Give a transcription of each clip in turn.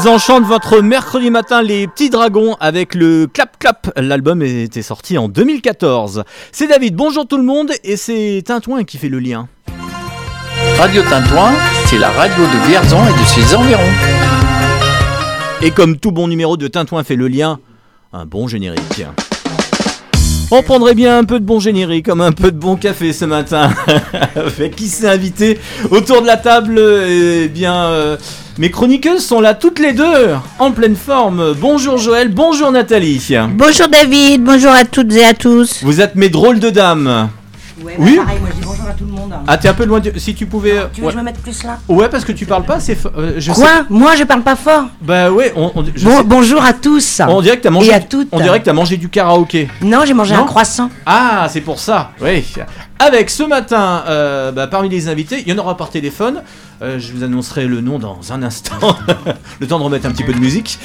vous enchante votre mercredi matin les petits dragons avec le Clap Clap. L'album était sorti en 2014. C'est David, bonjour tout le monde, et c'est Tintouin qui fait le lien. Radio Tintouin, c'est la radio de Vierzon et de ses environs. Et comme tout bon numéro de Tintouin fait le lien, un bon générique. On prendrait bien un peu de bon générique, comme un peu de bon café ce matin. Avec qui s'est invité autour de la table? Eh bien, mes chroniqueuses sont là toutes les deux, en pleine forme. Bonjour Joël, bonjour Nathalie. Bonjour David, bonjour à toutes et à tous. Vous êtes mes drôles de dames. Ouais, oui. Pareil, moi je dis bonjour à tout le monde. Ah, t'es un peu loin si tu pouvais. Tu veux que je me mette plus là? Ouais, parce que tu parles pas assez fort. Moi je parle pas fort. Bah ouais, bonjour à tous. On dirait que t'as mangé. Et à toutes. On dirait que t'as mangé du karaoké. Non, j'ai mangé un croissant. Ah, c'est pour ça. Oui. Avec ce matin, parmi les invités, il y en aura par téléphone. Je vous annoncerai le nom dans un instant. Le temps de remettre un petit peu de musique.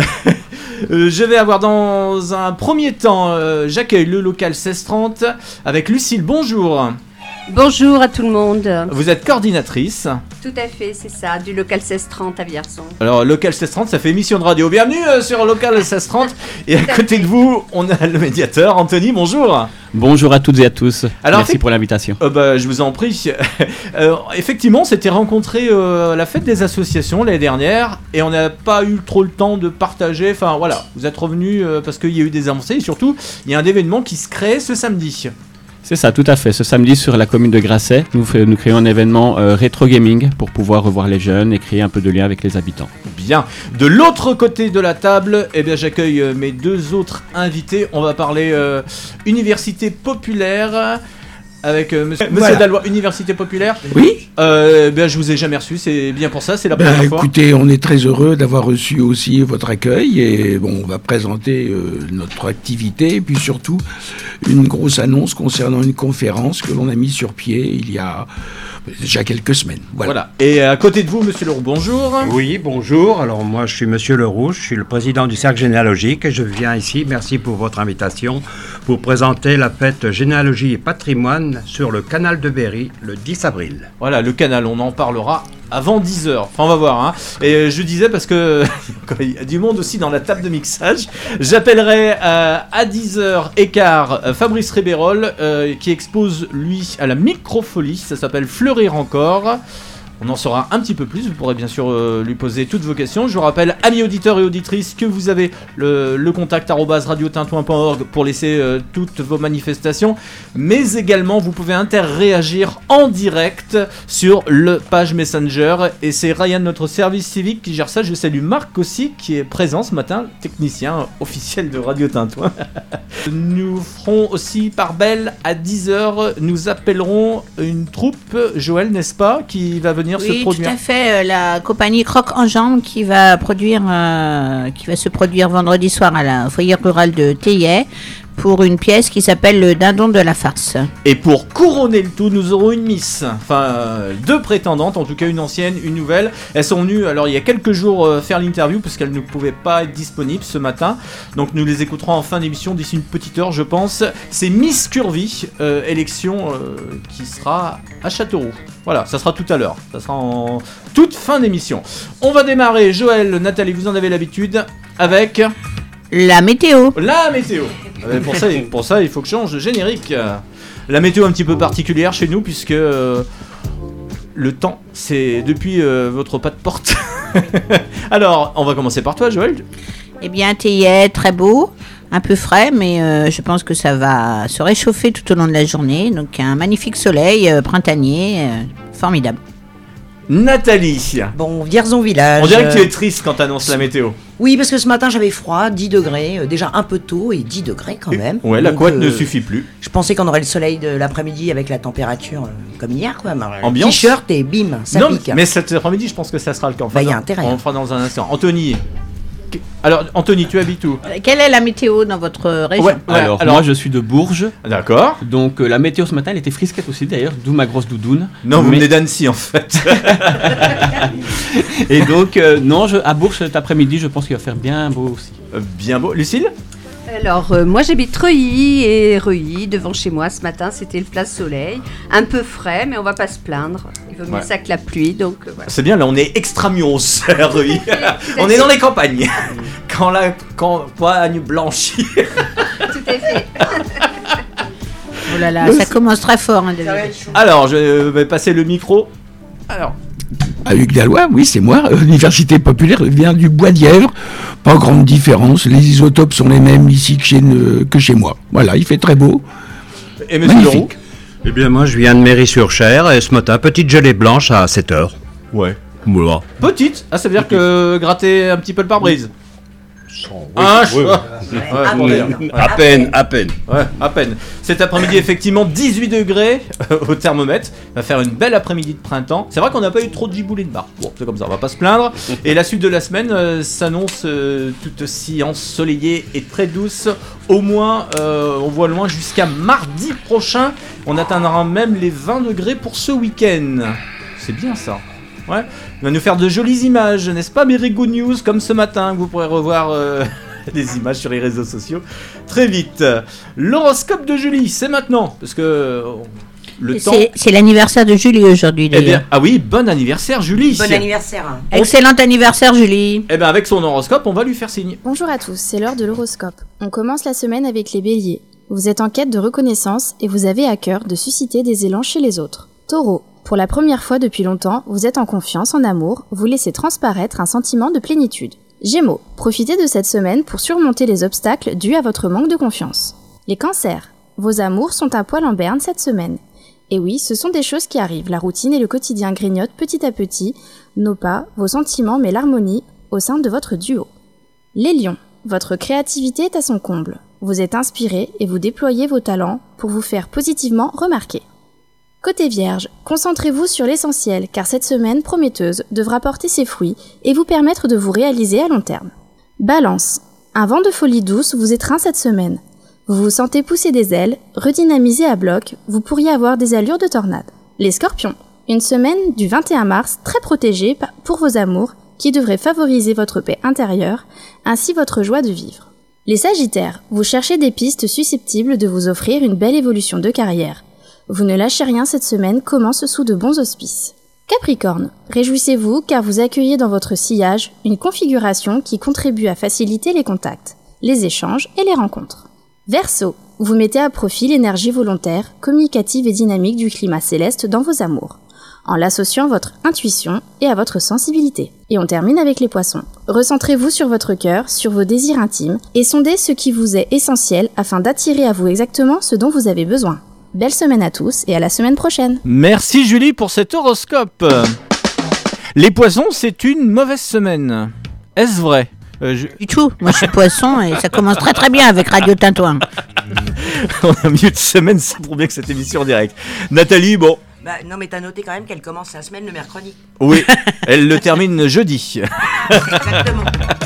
Je vais avoir dans un premier temps, j'accueille le local 1630 avec Lucille. Bonjour. Bonjour à tout le monde. Vous êtes coordinatrice. Tout à fait, c'est ça, du local 1630 à Vierzon. Alors, local 1630, ça fait émission de radio. Bienvenue sur local 1630. Et à côté de vous, on a le médiateur, Anthony. Bonjour. Bonjour à toutes et à tous. Alors, merci pour l'invitation. Je vous en prie. Effectivement, on s'était rencontrés à la fête des associations l'année dernière et on n'a pas eu trop le temps de partager. Enfin voilà, vous êtes revenus parce qu'il y a eu des avancées et surtout, il y a un événement qui se crée ce samedi. C'est ça, tout à fait. Ce samedi, sur la commune de Grasset, nous créons un événement rétro gaming pour pouvoir revoir les jeunes et créer un peu de lien avec les habitants. Bien. De l'autre côté de la table, j'accueille mes deux autres invités. On va parler université populaire avec Monsieur Dallois, université populaire. Oui. Je vous ai jamais reçu, c'est bien pour ça, c'est la première fois. Écoutez, on est très heureux d'avoir reçu aussi votre accueil et on va présenter notre activité et puis surtout une grosse annonce concernant une conférence que l'on a mise sur pied il y a déjà quelques semaines. Voilà. Et à côté de vous, Monsieur Leroux, bonjour. Oui, bonjour. Alors moi, je suis Monsieur Leroux, je suis le président du Cercle Généalogique et je viens ici, merci pour votre invitation, pour présenter la fête Généalogie et Patrimoine sur le canal de Berry le 10 avril. Voilà, le canal, on en parlera avant 10h. Enfin, on va voir. Hein. Et je disais, parce que il y a du monde aussi dans la table de mixage, j'appellerai à 10h15 Fabrice Rébérol, qui expose, lui, à la Microfolie. Ça s'appelle Fleurir encore. On en saura un petit peu plus, vous pourrez bien sûr lui poser toutes vos questions. Je vous rappelle, amis auditeurs et auditrices, que vous avez le contact @radiotintouin.org pour laisser toutes vos manifestations. Mais également, vous pouvez interréagir en direct sur le page Messenger. Et c'est Ryan, notre service civique, qui gère ça. Je salue Marc aussi, qui est présent ce matin, technicien officiel de Radio Tintouin. Nous ferons aussi par belle à 10h, nous appellerons une troupe, Joël, n'est-ce pas, qui va venir se produire. Oui, tout à fait. La compagnie Croc en Jambe qui va se produire vendredi soir à la foyer rural de Théier pour une pièce qui s'appelle Le Dindon de la farce. Et pour couronner le tout, nous aurons une miss. Enfin, deux prétendantes, en tout cas une ancienne, une nouvelle. Elles sont venues, alors il y a quelques jours, faire l'interview parce qu'elles ne pouvaient pas être disponibles ce matin. Donc nous les écouterons en fin d'émission d'ici une petite heure, je pense. C'est Miss Curvy, élection qui sera à Châteauroux. Voilà, ça sera tout à l'heure. Ça sera en toute fin d'émission. On va démarrer, Joël, Nathalie, vous en avez l'habitude, avec... La météo. La météo. Pour ça, il faut que je change de générique. La météo un petit peu particulière chez nous, puisque le temps, c'est depuis votre pas de porte. Alors, on va commencer par toi, Joël. Eh bien, Théier, très beau. Un peu frais, mais je pense que ça va se réchauffer tout au long de la journée. Donc, un magnifique soleil printanier, formidable. Nathalie. Bon, Vierzon village. On dirait que tu es triste quand tu annonces la météo. Oui, parce que ce matin j'avais froid, 10 degrés, déjà un peu tôt et 10 degrés quand même. Ouais, la couette ne suffit plus. Je pensais qu'on aurait le soleil de l'après-midi avec la température comme hier, quoi. Ambiance. T-shirt et bim, ça pique. Mais cet après-midi, je pense que ça sera le cas. Bah, il y a intérêt. On le fera dans un instant. Anthony. Alors, Anthony, tu habites où ? Quelle est la météo dans votre région ? Alors, moi, je suis de Bourges. D'accord. Donc, la météo ce matin, elle était frisquette aussi, d'ailleurs, d'où ma grosse doudoune. Non, vous venez d'Annecy, en fait. Et donc, à Bourges, cet après-midi, je pense qu'il va faire bien beau aussi. Bien beau. Lucille ? Alors, moi j'habite Reuilly et Reuilly, devant chez moi ce matin, c'était le plein soleil. Un peu frais, mais on va pas se plaindre. Il vaut mieux ça que la pluie, donc voilà. C'est bien, là on est extramuros à Reuilly. On est dans les campagnes. Quand la campagne blanchit. Tout à fait. Oh là là, ça commence très fort. Hein, alors, je vais passer le micro. Alors. À Hugues Dallois, oui, c'est moi. L'université populaire vient du Bois-d'Yèvre. Pas grande différence. Les isotopes sont les mêmes ici que chez moi. Voilà, il fait très beau. Et monsieur Leroux ? Eh bien, moi, je viens de Mairie-sur-Cher et ce matin, petite gelée blanche à 7h. Ouais. Voilà. Petite ? Ah, ça veut dire que gratter un petit peu le pare-brise ? À peine. Ouais, à peine. Cet après-midi, effectivement, 18 degrés au thermomètre. On va faire une belle après-midi de printemps. C'est vrai qu'on n'a pas eu trop de giboulées de bar. Bon, c'est comme ça, on va pas se plaindre. Et la suite de la semaine s'annonce tout aussi ensoleillée et très douce. Au moins, on voit loin jusqu'à mardi prochain. On atteindra même les 20 degrés pour ce week-end. C'est bien ça. Ouais. Il va nous faire de jolies images, n'est-ce pas, Very Good News, comme ce matin, que vous pourrez revoir des images sur les réseaux sociaux très vite. L'horoscope de Julie, c'est maintenant, parce que c'est l'anniversaire de Julie aujourd'hui, d'ailleurs. Eh bien, ah oui, bon anniversaire, Julie. Bon anniversaire. Excellent anniversaire, Julie. Eh bien, avec son horoscope, on va lui faire signe. Bonjour à tous, c'est l'heure de l'horoscope. On commence la semaine avec les béliers. Vous êtes en quête de reconnaissance et vous avez à cœur de susciter des élans chez les autres. Taureau. Pour la première fois depuis longtemps, vous êtes en confiance, en amour, vous laissez transparaître un sentiment de plénitude. Gémeaux, profitez de cette semaine pour surmonter les obstacles dus à votre manque de confiance. Les cancers, vos amours sont un poil en berne cette semaine. Et oui, ce sont des choses qui arrivent, la routine et le quotidien grignotent petit à petit nos pas, vos sentiments mais l'harmonie au sein de votre duo. Les lions, votre créativité est à son comble. Vous êtes inspiré et vous déployez vos talents pour vous faire positivement remarquer. Côté Vierge, concentrez-vous sur l'essentiel car cette semaine prometteuse devra porter ses fruits et vous permettre de vous réaliser à long terme. Balance, un vent de folie douce vous étreint cette semaine. Vous vous sentez pousser des ailes, redynamisé à bloc, vous pourriez avoir des allures de tornade. Les Scorpions, une semaine du 21 mars très protégée pour vos amours qui devrait favoriser votre paix intérieure ainsi votre joie de vivre. Les Sagittaires, vous cherchez des pistes susceptibles de vous offrir une belle évolution de carrière. Vous ne lâchez rien cette semaine, commence sous de bons auspices. Capricorne, réjouissez-vous car vous accueillez dans votre sillage une configuration qui contribue à faciliter les contacts, les échanges et les rencontres. Verseau, vous mettez à profit l'énergie volontaire, communicative et dynamique du climat céleste dans vos amours, en l'associant à votre intuition et à votre sensibilité. Et on termine avec les Poissons. Recentrez-vous sur votre cœur, sur vos désirs intimes et sondez ce qui vous est essentiel afin d'attirer à vous exactement ce dont vous avez besoin. Belle semaine à tous et à la semaine prochaine. Merci Julie pour cet horoscope. Les Poissons, c'est une mauvaise semaine. Est-ce vrai ? Du tout. Moi, je suis Poisson et ça commence très très bien avec Radio Tintouin. On a milieu de semaine, ça prouve bien que cette émission en direct. Nathalie, bon. Bah, non, mais t'as noté quand même qu'elle commence la semaine le mercredi. Oui, elle le termine jeudi. Exactement.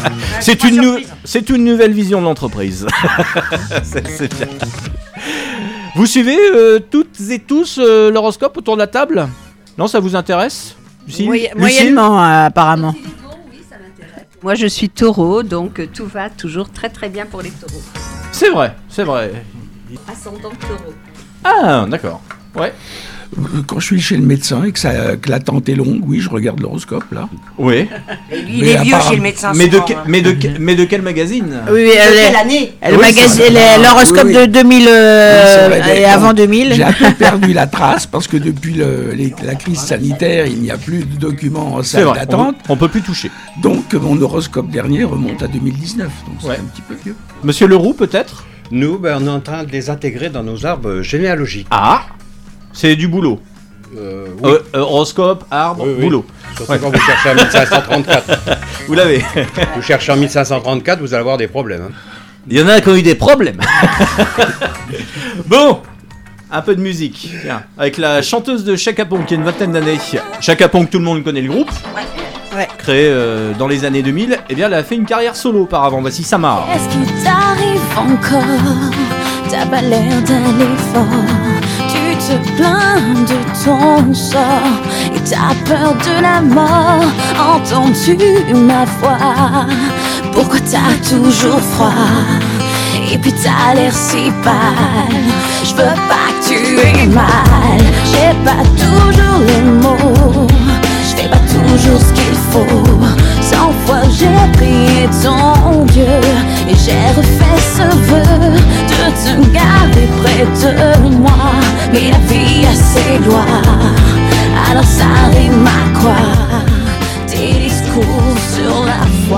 C'est une nouvelle vision de l'entreprise. c'est bien. Vous suivez toutes et tous l'horoscope autour de la table ? Non, ça vous intéresse ? Moyennement, apparemment. Oui, ça m'intéresse. Moi, je suis taureau, donc tout va toujours très très bien pour les taureaux. C'est vrai. Ascendant taureau. Ah, d'accord. Ouais. Quand je suis chez le médecin et que l'attente est longue, oui, je regarde l'horoscope, là. Oui. Et lui, il est vieux chez le médecin. Mais de quel magazine ? Oui, quelle année ? Le magazine, l'horoscope de 2000 et avant 2000. J'ai un peu perdu la trace parce que depuis la crise sanitaire, il n'y a plus de documents en salle d'attente. On peut plus toucher. Donc, mon horoscope dernier remonte à 2019, donc c'est un petit peu vieux. Monsieur Leroux, peut-être ? Nous, on est en train de les intégrer dans nos arbres généalogiques. Ah ! C'est du boulot. Oui. Horoscope, arbre, boulot. Surtout quand vous cherchez en 1534. Vous l'avez. Vous cherchez en 1534, vous allez avoir des problèmes. Hein. Il y en a qui ont eu des problèmes. Bon, un peu de musique. Tiens, avec la chanteuse de Chaka Ponk qui a une vingtaine d'années. Chaka Ponk, tout le monde connaît le groupe. Ouais. Créé dans les années 2000. Eh bien, elle a fait une carrière solo auparavant. Voici Samar. Est-ce qu'il t'arrive encore? T'as pas l'air d'aller fort. Tu te plains de ton sort et t'as peur de la mort. Entends-tu ma voix? Pourquoi t'as toujours froid? Et puis t'as l'air si pâle. Je veux pas que tu aies mal. J'ai pas toujours les mots. Je fais pas toujours ce qu'il faut. 100 fois j'ai prié ton Dieu et j'ai refait ce vœu de te garder près de moi. Mais la vie a ses lois, alors ça rime à quoi? Tes discours sur la foi.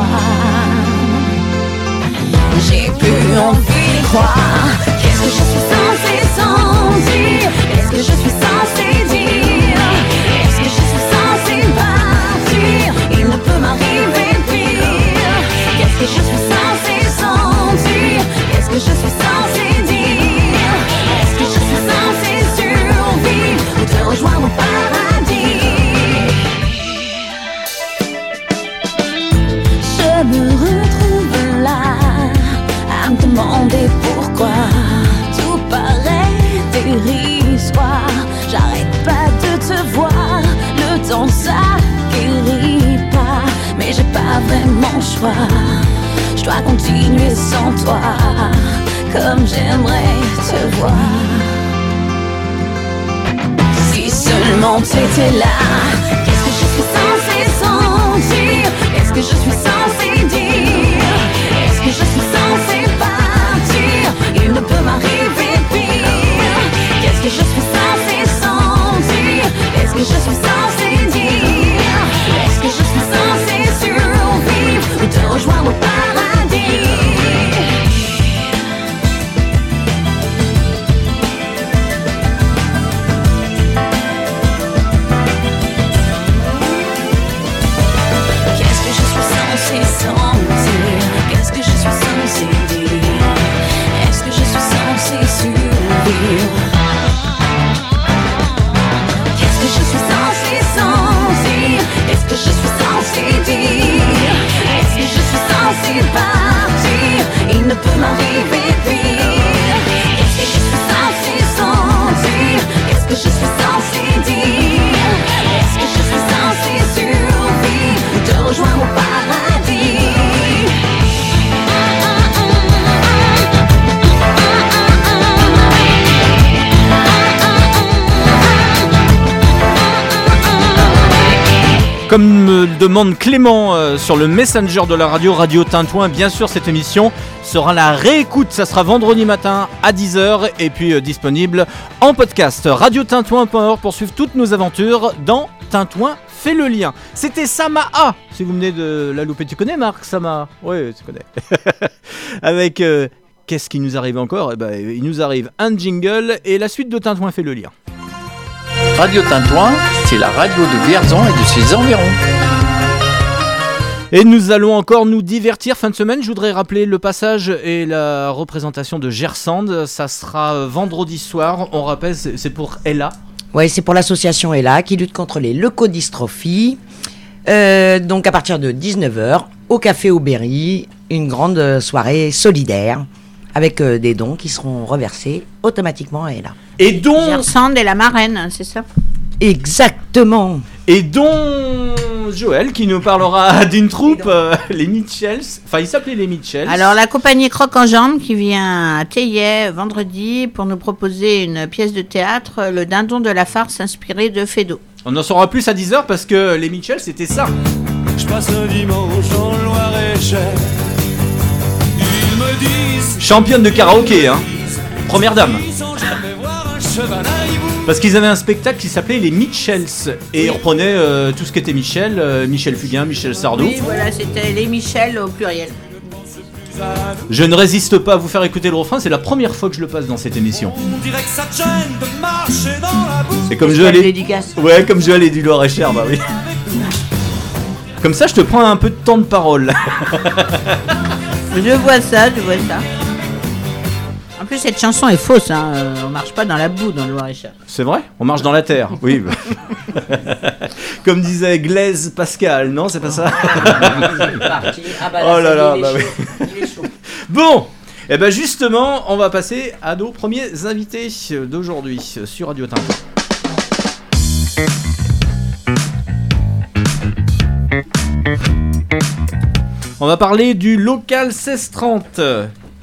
J'ai plus envie de croire. Qu'est-ce que je suis censée sentir? Qu'est-ce que je suis censée dire? Est-ce que je suis censée partir? Il ne peut m'arriver pire. Qu'est-ce que je suis censée sentir? Qu'est-ce que je suis censée dire? Est-ce que je suis censée survivre ou te rejoindre au paradis? Je me retrouve là à me demander pourquoi tout paraît dérisoire. J'arrête pas de te voir, le temps ça guérit pas, mais j'ai pas vraiment le choix. Je dois continuer sans toi, comme j'aimerais te voir. Si seulement t'étais là, qu'est-ce que je suis censée sentir? Qu'est-ce que je suis censée dire? Est-ce que je suis censée partir? Il ne peut m'arriver pire. Qu'est-ce que je suis censée sentir? Qu'est-ce que je suis censée dire? Est-ce que je suis censée survivre ou te rejoindre au paradis? Qu'est-ce que je suis censée sentir? Qu'est-ce que je suis censée dire? Est-ce que je suis censée survivre? Qu'est-ce que je suis censée sentir? Qu'est-ce que je suis censée dire? Est-ce que je suis censée partir? Il ne peut m'arriver pire. Qu'est-ce que je suis censée sentir? Qu'est-ce que je suis censée dire? Est-ce que je suis censée survivre ou te rejoindre au paradis? Comme me demande Clément sur le Messenger de la Radio Tintouin, bien sûr cette émission sera la réécoute, ça sera vendredi matin à 10h et puis disponible en podcast. Radiotintouin.org pour suivre toutes nos aventures dans Tintouin fait le lien. C'était Samaa, si vous venez de la louper. Tu connais Marc Samaa? Oui, tu connais. Avec qu'est-ce qui nous arrive encore? Eh ben, il nous arrive un jingle et la suite de Tintouin fait le lien. Radio Tintouin, c'est la radio de Vierzon et de ses environs. Et nous allons encore nous divertir fin de semaine. Je voudrais rappeler le passage et la représentation de Gersand. Ça sera vendredi soir. On rappelle, c'est pour Ella. Oui, c'est pour l'association Ella qui lutte contre les leucodystrophies. Donc à partir de 19h, au Café Aubéry, une grande soirée solidaire avec des dons qui seront reversés automatiquement à Ella. Et dont Gersand est la marraine, c'est ça? Exactement. Et dont Joël qui nous parlera d'une troupe, les Mitchells. Enfin, ils s'appelaient les Mitchells. Alors, la compagnie Croc en Jambe qui vient à Thaillet vendredi pour nous proposer une pièce de théâtre, Le Dindon de la farce inspiré de Feydeau. On en saura plus à 10h parce que les Mitchells, c'était ça. Je passe un dimanche en Loir-et-Cher. Ils me disent. Championne de karaoké, hein. Première dame. Parce qu'ils avaient un spectacle qui s'appelait les Mitchells et ils reprenaient tout ce qui était Michel, Michel Fugain, Michel Sardou. Oui, voilà, c'était les Michel au pluriel. Je ne résiste pas à vous faire écouter le refrain, c'est la première fois que je le passe dans cette émission. Et comme Joël est du Loir-et-Cher, bah oui. Comme ça, je te prends un peu de temps de parole. Je vois ça. En plus, cette chanson est fausse, hein. On marche pas dans la boue dans le Loir-et-Cher. C'est vrai? On marche dans la terre, oui. Comme disait Blaise Pascal, non, c'est pas ça? Oh là là, bah oui. Bon, et ben justement, on va passer à nos premiers invités d'aujourd'hui sur Radio Tintouin. On va parler du local 1630.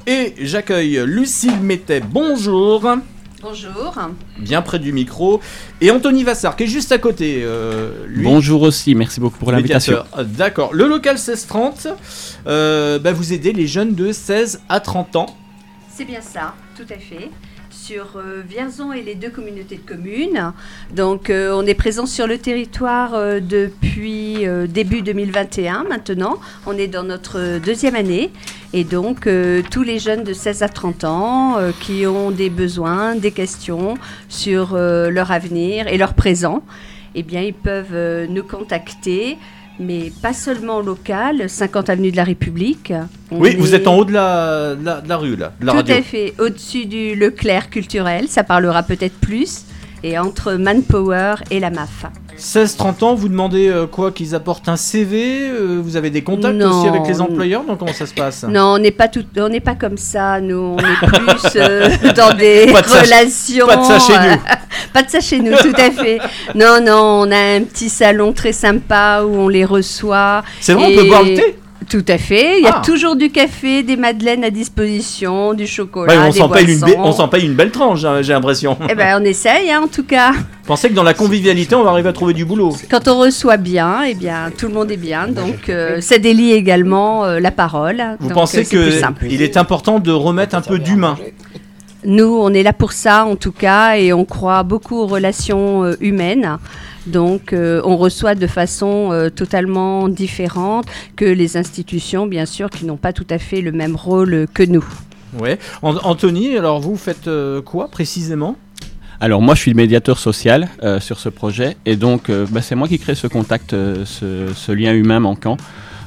Et j'accueille Lucille Mettet, bonjour. Bonjour. Bien près du micro. Et Anthony Vassar, qui est juste à côté. Lui, bonjour aussi, merci beaucoup pour l'invitation. D'accord. Le local 1630, vous aidez les jeunes de 16 à 30 ans. C'est bien ça, tout à fait. Sur Vierzon et les 2 communautés de communes. Donc on est présent sur le territoire depuis début 2021 maintenant. On est dans notre 2e année. Et donc tous les jeunes de 16 à 30 ans qui ont des besoins, des questions sur leur avenir et leur présent, eh bien ils peuvent nous contacter. Mais pas seulement local, 50 avenue de la République. Oui, vous êtes en haut de la rue, là, de la radio. Tout à fait, au-dessus du Leclerc culturel, ça parlera peut-être plus, et entre Manpower et la MAF. 16-30 ans, vous demandez quoi? Qu'ils apportent un CV? Vous avez des contacts aussi avec les employeurs? Donc comment ça se passe? Non, on n'est pas comme ça, nous, on est plus dans des relations... Pas de ça chez nous. Pas de ça chez nous, tout à fait. Non, on a un petit salon très sympa où on les reçoit. C'est vrai, on peut boire le thé? Tout à fait. Il y a toujours du café, des madeleines à disposition, du chocolat, on des boissons. On s'en paye une belle tranche, j'ai l'impression. Eh ben, on essaye, en tout cas. Pensez que dans la convivialité, on va arriver à trouver du boulot. Quand on reçoit bien, eh bien, tout le monde est bien. Donc, ça délie également la parole. Vous pensez qu'il est important de remettre un peu d'humain? Nous, on est là pour ça, en tout cas, et on croit beaucoup aux relations humaines. Donc, on reçoit de façon totalement différente que les institutions, bien sûr, qui n'ont pas tout à fait le même rôle que nous. Ouais. Anthony, alors vous faites quoi précisément ? Alors moi je suis le médiateur social sur ce projet et donc c'est moi qui crée ce contact, ce lien humain manquant.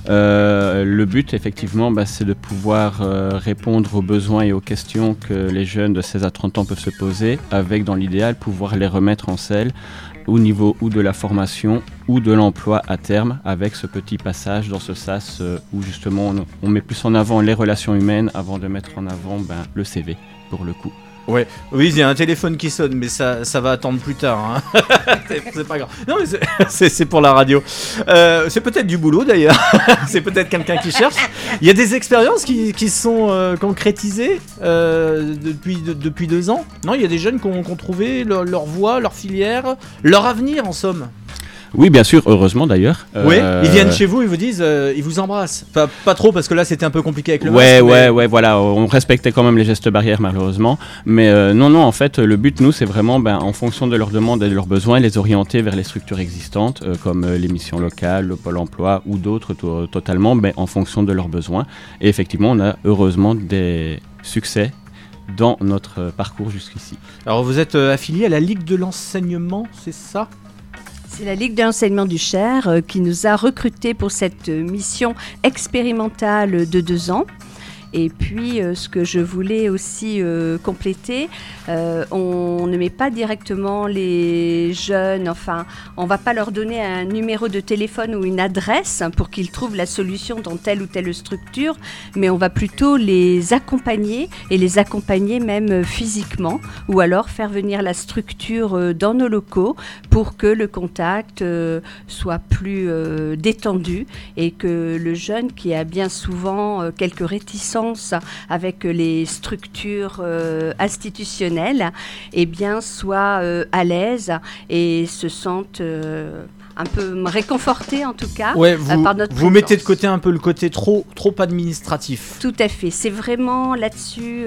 Le but effectivement c'est de pouvoir répondre aux besoins et aux questions que les jeunes de 16 à 30 ans peuvent se poser avec dans l'idéal pouvoir les remettre en selle au niveau ou de la formation ou de l'emploi à terme avec ce petit passage dans ce sas où justement on met plus en avant les relations humaines avant de mettre en avant le CV pour le coup. Ouais. Oui, il y a un téléphone qui sonne, mais ça va attendre plus tard. Hein. c'est pas grave. Non, mais c'est pour la radio. C'est peut-être du boulot d'ailleurs. C'est peut-être quelqu'un qui cherche. Il y a des expériences qui sont concrétisées depuis 2 ans. Non, il y a des jeunes qui ont trouvé leur voie, leur filière, leur avenir en somme. Oui, bien sûr, heureusement d'ailleurs. Oui, ils viennent chez vous, ils vous disent, ils vous embrassent. Pas trop parce que là c'était un peu compliqué avec le masque. Ouais, voilà, on respectait quand même les gestes barrières malheureusement. Mais non, en fait, le but, nous, c'est vraiment, en fonction de leurs demandes et de leurs besoins, les orienter vers les structures existantes, comme les missions locales, le Pôle emploi ou d'autres totalement, en fonction de leurs besoins. Et effectivement, on a heureusement des succès dans notre parcours jusqu'ici. Alors vous êtes affilié à la Ligue de l'enseignement, c'est ça ? C'est la Ligue de l'enseignement du Cher qui nous a recrutés pour cette mission expérimentale de 2 ans. Et puis, ce que je voulais aussi compléter, on ne met pas directement les jeunes, enfin, on ne va pas leur donner un numéro de téléphone ou une adresse pour qu'ils trouvent la solution dans telle ou telle structure, mais on va plutôt les accompagner et les accompagner même physiquement ou alors faire venir la structure dans nos locaux pour que le contact soit plus détendu et que le jeune qui a bien souvent quelques réticences avec les structures institutionnelles, soit à l'aise et se sentent un peu réconfortés en tout cas par notre vous mettez de côté un peu le côté trop administratif. Tout à fait, c'est vraiment là-dessus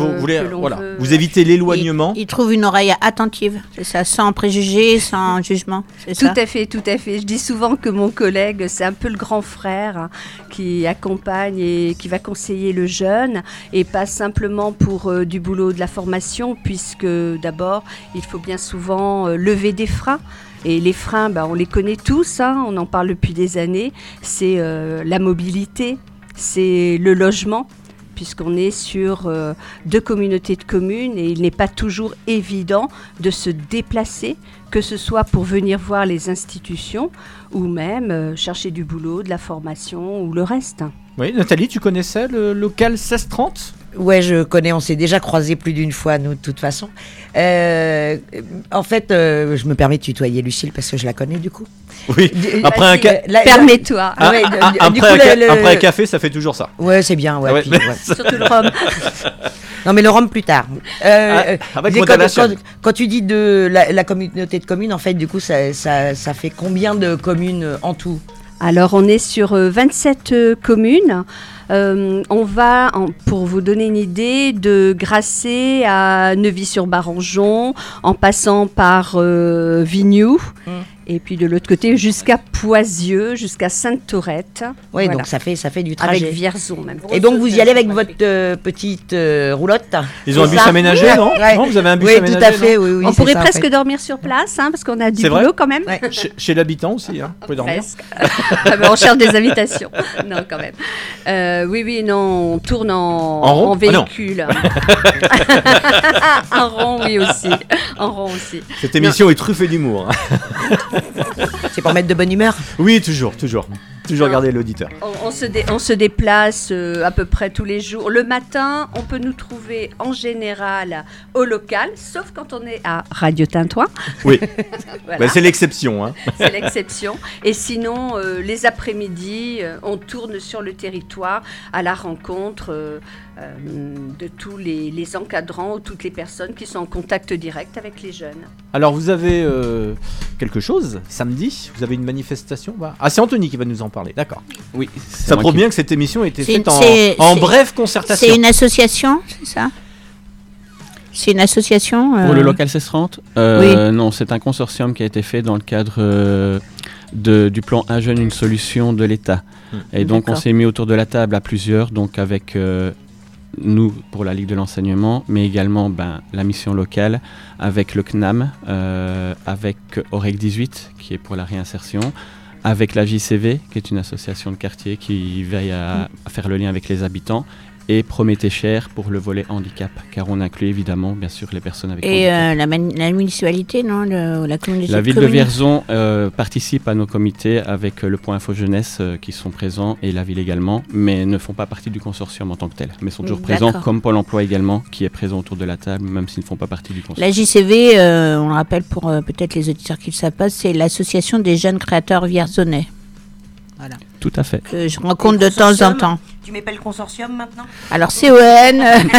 vous évitez l'éloignement. Il trouve une oreille attentive, c'est ça, sans préjugés, sans jugement, c'est ça. Tout à fait. Je dis souvent que mon collègue, c'est un peu le grand frère qui accompagne et qui va conseiller le jeune et pas simplement pour du boulot, de la formation, puisque d'abord, il faut bien souvent lever des freins. Et les freins, on les connaît tous, on en parle depuis des années. C'est la mobilité, c'est le logement, puisqu'on est sur 2 communautés de communes et il n'est pas toujours évident de se déplacer, que ce soit pour venir voir les institutions ou même chercher du boulot, de la formation ou le reste. Oui, Nathalie, tu connaissais le local 1630 ? Ouais, je connais, on s'est déjà croisés plus d'une fois, nous, de toute façon. En fait, je me permets de tutoyer Lucille parce que je la connais, du coup. Oui, après un Permets-toi. après un café, ça fait toujours ça. Ouais, c'est bien, ouais. Ah ouais. Puis, ouais. Surtout le rhum. Non, mais le rhum plus tard. Avec modération. Quand tu dis de la communauté de communes, en fait, du coup, ça fait combien de communes en tout? Alors, on est sur 27 communes. On va, pour vous donner une idée, de Grasset à Neuvy-sur-Barangeon, en passant par Vignoux, et puis de l'autre côté jusqu'à Poisieux, jusqu'à Sainte-Thorette. Oui, Voilà. donc ça fait du trajet. Avec Vierzon même. Et donc vous y allez avec votre petite roulotte? Ils ont un bus aménagé, non? Ouais. Non, vous avez un bus Oui, aménagé, tout à fait, non? oui. On c'est pourrait ça, en presque fait. dormir sur place, parce qu'on a du C'est boulot vrai quand même. Ouais. Chez l'habitant aussi, hein. Vous pouvez dormir. Presque. Ah ben, on cherche des invitations. Non, quand même. Oui, non, on tourne En rond? en véhicule. En rond, oui aussi. En rond aussi. Cette émission est truffée d'humour. C'est pour mettre de bonne humeur? Oui, toujours. Toujours garder l'auditeur. On se déplace à peu près tous les jours. Le matin, on peut nous trouver en général au local, sauf quand on est à Radio Tintouin. Oui, Voilà. bah, c'est l'exception. Hein. C'est l'exception. Et sinon, les après-midi, on tourne sur le territoire à la rencontre de tous les encadrants ou toutes les personnes qui sont en contact direct avec les jeunes. Alors vous avez quelque chose samedi? Vous avez une manifestation? Ah, c'est Anthony qui va nous en parler, d'accord. Oui, Ça prouve bien que cette émission a été faite c'est- en c'est- brève concertation. C'est une association, c'est ça? C'est une association Pour le local 1630 Oui. Non, c'est un consortium qui a été fait dans le cadre du plan Un jeune, une solution de l'État. Et donc on D'accord. s'est mis autour de la table à plusieurs, donc avec nous pour la Ligue de l'enseignement, mais également la mission locale, avec le CNAM, avec OREC 18 qui est pour la réinsertion, avec la JCV qui est une association de quartier qui veille à faire le lien avec les habitants, et Prométhée Cher pour le volet handicap, car on inclut évidemment bien sûr les personnes avec Et handicap. la municipalité, non? La communauté La de ville de communes Vierzon participe à nos comités avec le Point Info Jeunesse qui sont présents, et la ville également, mais ne font pas partie du consortium en tant que tel, mais sont toujours présents, D'accord. comme Pôle Emploi également, qui est présent autour de la table, même s'ils ne font pas partie du consortium. La JCV, on le rappelle pour peut-être les auditeurs qui ne le savent pas, c'est l'association des jeunes créateurs vierzonais. Voilà. Tout à fait. Que je rencontre de temps en temps. Tu m'appelles consortium maintenant? Alors CON.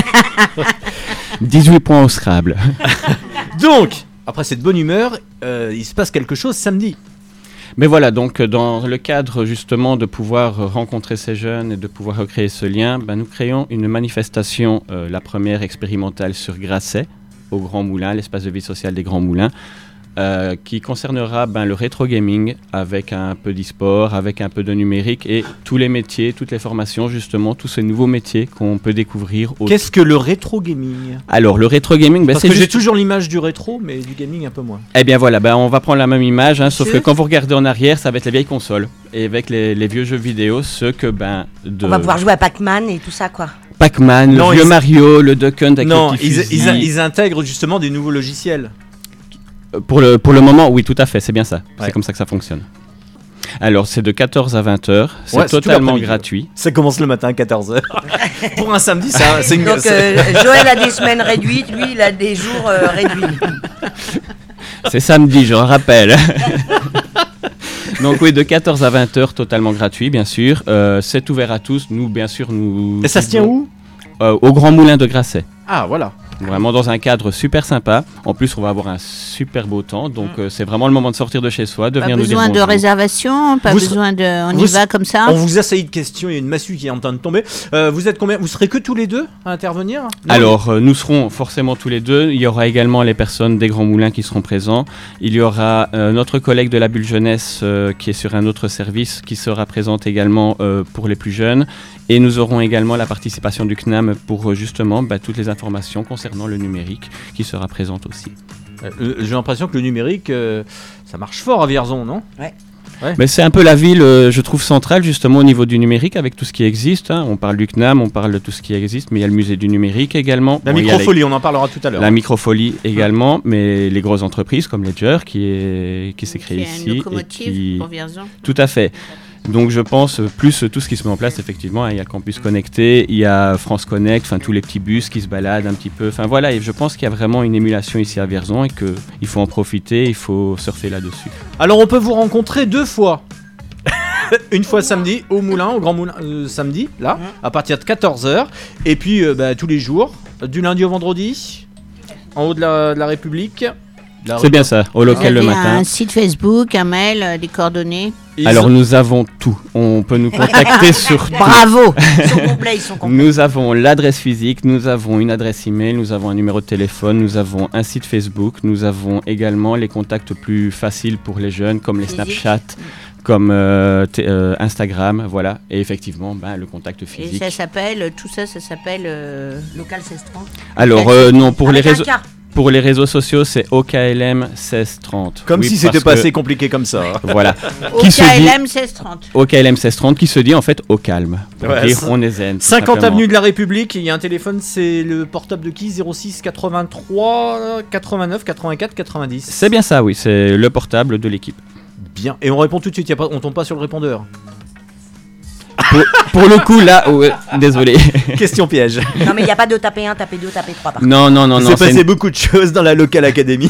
18 points au Scrabble. Donc, après cette bonne humeur, il se passe quelque chose samedi. Mais voilà, donc dans le cadre justement de pouvoir rencontrer ces jeunes et de pouvoir recréer ce lien, nous créons une manifestation, la première expérimentale sur Grasset, au Grand Moulin, l'espace de vie sociale des Grands Moulins, qui concernera le rétro gaming avec un peu d'e-sport, avec un peu de numérique et tous les métiers, toutes les formations justement, tous ces nouveaux métiers qu'on peut découvrir. Qu'est-ce que le rétro gaming? Alors le rétro gaming, Parce c'est que j'ai juste... toujours l'image du rétro, mais du gaming un peu moins. Eh bien voilà, on va prendre la même image, sauf que quand vous regardez en arrière, ça va être les vieilles consoles et avec les vieux jeux vidéo, ceux que On va pouvoir jouer à Pac-Man et tout ça, quoi. Pac-Man, Non, le vieux Mario, le Duck Hunt avec Non, le petit fusil. ils intègrent justement des nouveaux logiciels. Pour le moment, oui, tout à fait, c'est bien ça. Ouais. C'est comme ça que ça fonctionne. Alors, c'est de 14 à 20 heures. C'est Ouais, c'est tout totalement l'après-midi. gratuit. Ça commence le matin à 14h. Pour un samedi, ça, c'est une... Donc Joël a des semaines réduites, lui il a des jours réduits. C'est samedi, je le rappelle. Donc oui, de 14 à 20 heures, totalement gratuit, bien sûr. C'est ouvert à tous. Nous, bien sûr, nous... Et ça se tient où? Au Grand Moulin de Grasset. Ah, voilà. Vraiment dans un cadre super sympa. En plus, on va avoir un super beau temps. Donc, c'est vraiment le moment de sortir de chez soi, de Pas venir nous dire besoin de bonjour. réservation, pas Vous besoin de... On vous y va comme ça. On vous assaillit de questions, il y a une massue qui est en train de tomber. Vous êtes combien? Vous serez que tous les deux à intervenir? Non, Alors, nous serons forcément tous les deux. Il y aura également les personnes des Grands Moulins qui seront présents. Il y aura notre collègue de la Bulle Jeunesse qui est sur un autre service qui sera présente également pour les plus jeunes. Et nous aurons également la participation du CNAM pour justement toutes les informations concernant le numérique qui sera présente aussi. J'ai l'impression que le numérique, ça marche fort à Vierzon, non? Ouais. Mais c'est un peu la ville, je trouve, centrale justement au niveau du numérique avec tout ce qui existe. On parle du CNAM, on parle de tout ce qui existe, mais il y a le musée du numérique également. La Bon, il y a microfolie, on en parlera tout à l'heure. La microfolie également, mais les grosses entreprises comme Ledger qui s'est créée Qui est une ici. locomotive pour Vierzon. Tout à fait. Donc je pense plus tout ce qui se met en place effectivement, il y a le campus connecté, il y a France Connect, enfin tous les petits bus qui se baladent un petit peu, enfin voilà, et je pense qu'il y a vraiment une émulation ici à Vierzon et qu'il faut en profiter, il faut surfer là-dessus. Alors on peut vous rencontrer 2 fois. Une fois samedi au Moulin, au Grand Moulin, samedi, là, à partir de 14h. Et puis tous les jours, du lundi au vendredi, en haut de la République. C'est bien ça, au local le matin. Un site Facebook, un mail, des coordonnées. Alors nous avons tout, on peut nous contacter sur tout. Bravo. Ils sont complets. Nous avons l'adresse physique, nous avons une adresse email, nous avons un numéro de téléphone, nous avons un site Facebook, nous avons également les contacts plus faciles pour les jeunes comme les Snapchat, comme Instagram, voilà, et effectivement le contact physique. Et ça s'appelle, Local 1630. Alors non, pour les réseaux... Car. Pour les réseaux sociaux, c'est OKLM 1630. Comme si c'était pas assez compliqué comme ça. Voilà. OKLM 1630. OKLM 1630 qui se dit en fait au calme. Pour dire on est zen. 50 avenue de la République, il y a un téléphone, c'est le portable de qui ? 06 83 89 84 90. C'est bien ça, oui, c'est le portable de l'équipe. Bien, et on répond tout de suite, on tombe pas sur le répondeur. Pour le coup, là, désolé. Question piège. Non, mais il n'y a pas de taper 1, taper 2, taper 3. Non. Il s'est passé beaucoup de choses dans la Local Academy.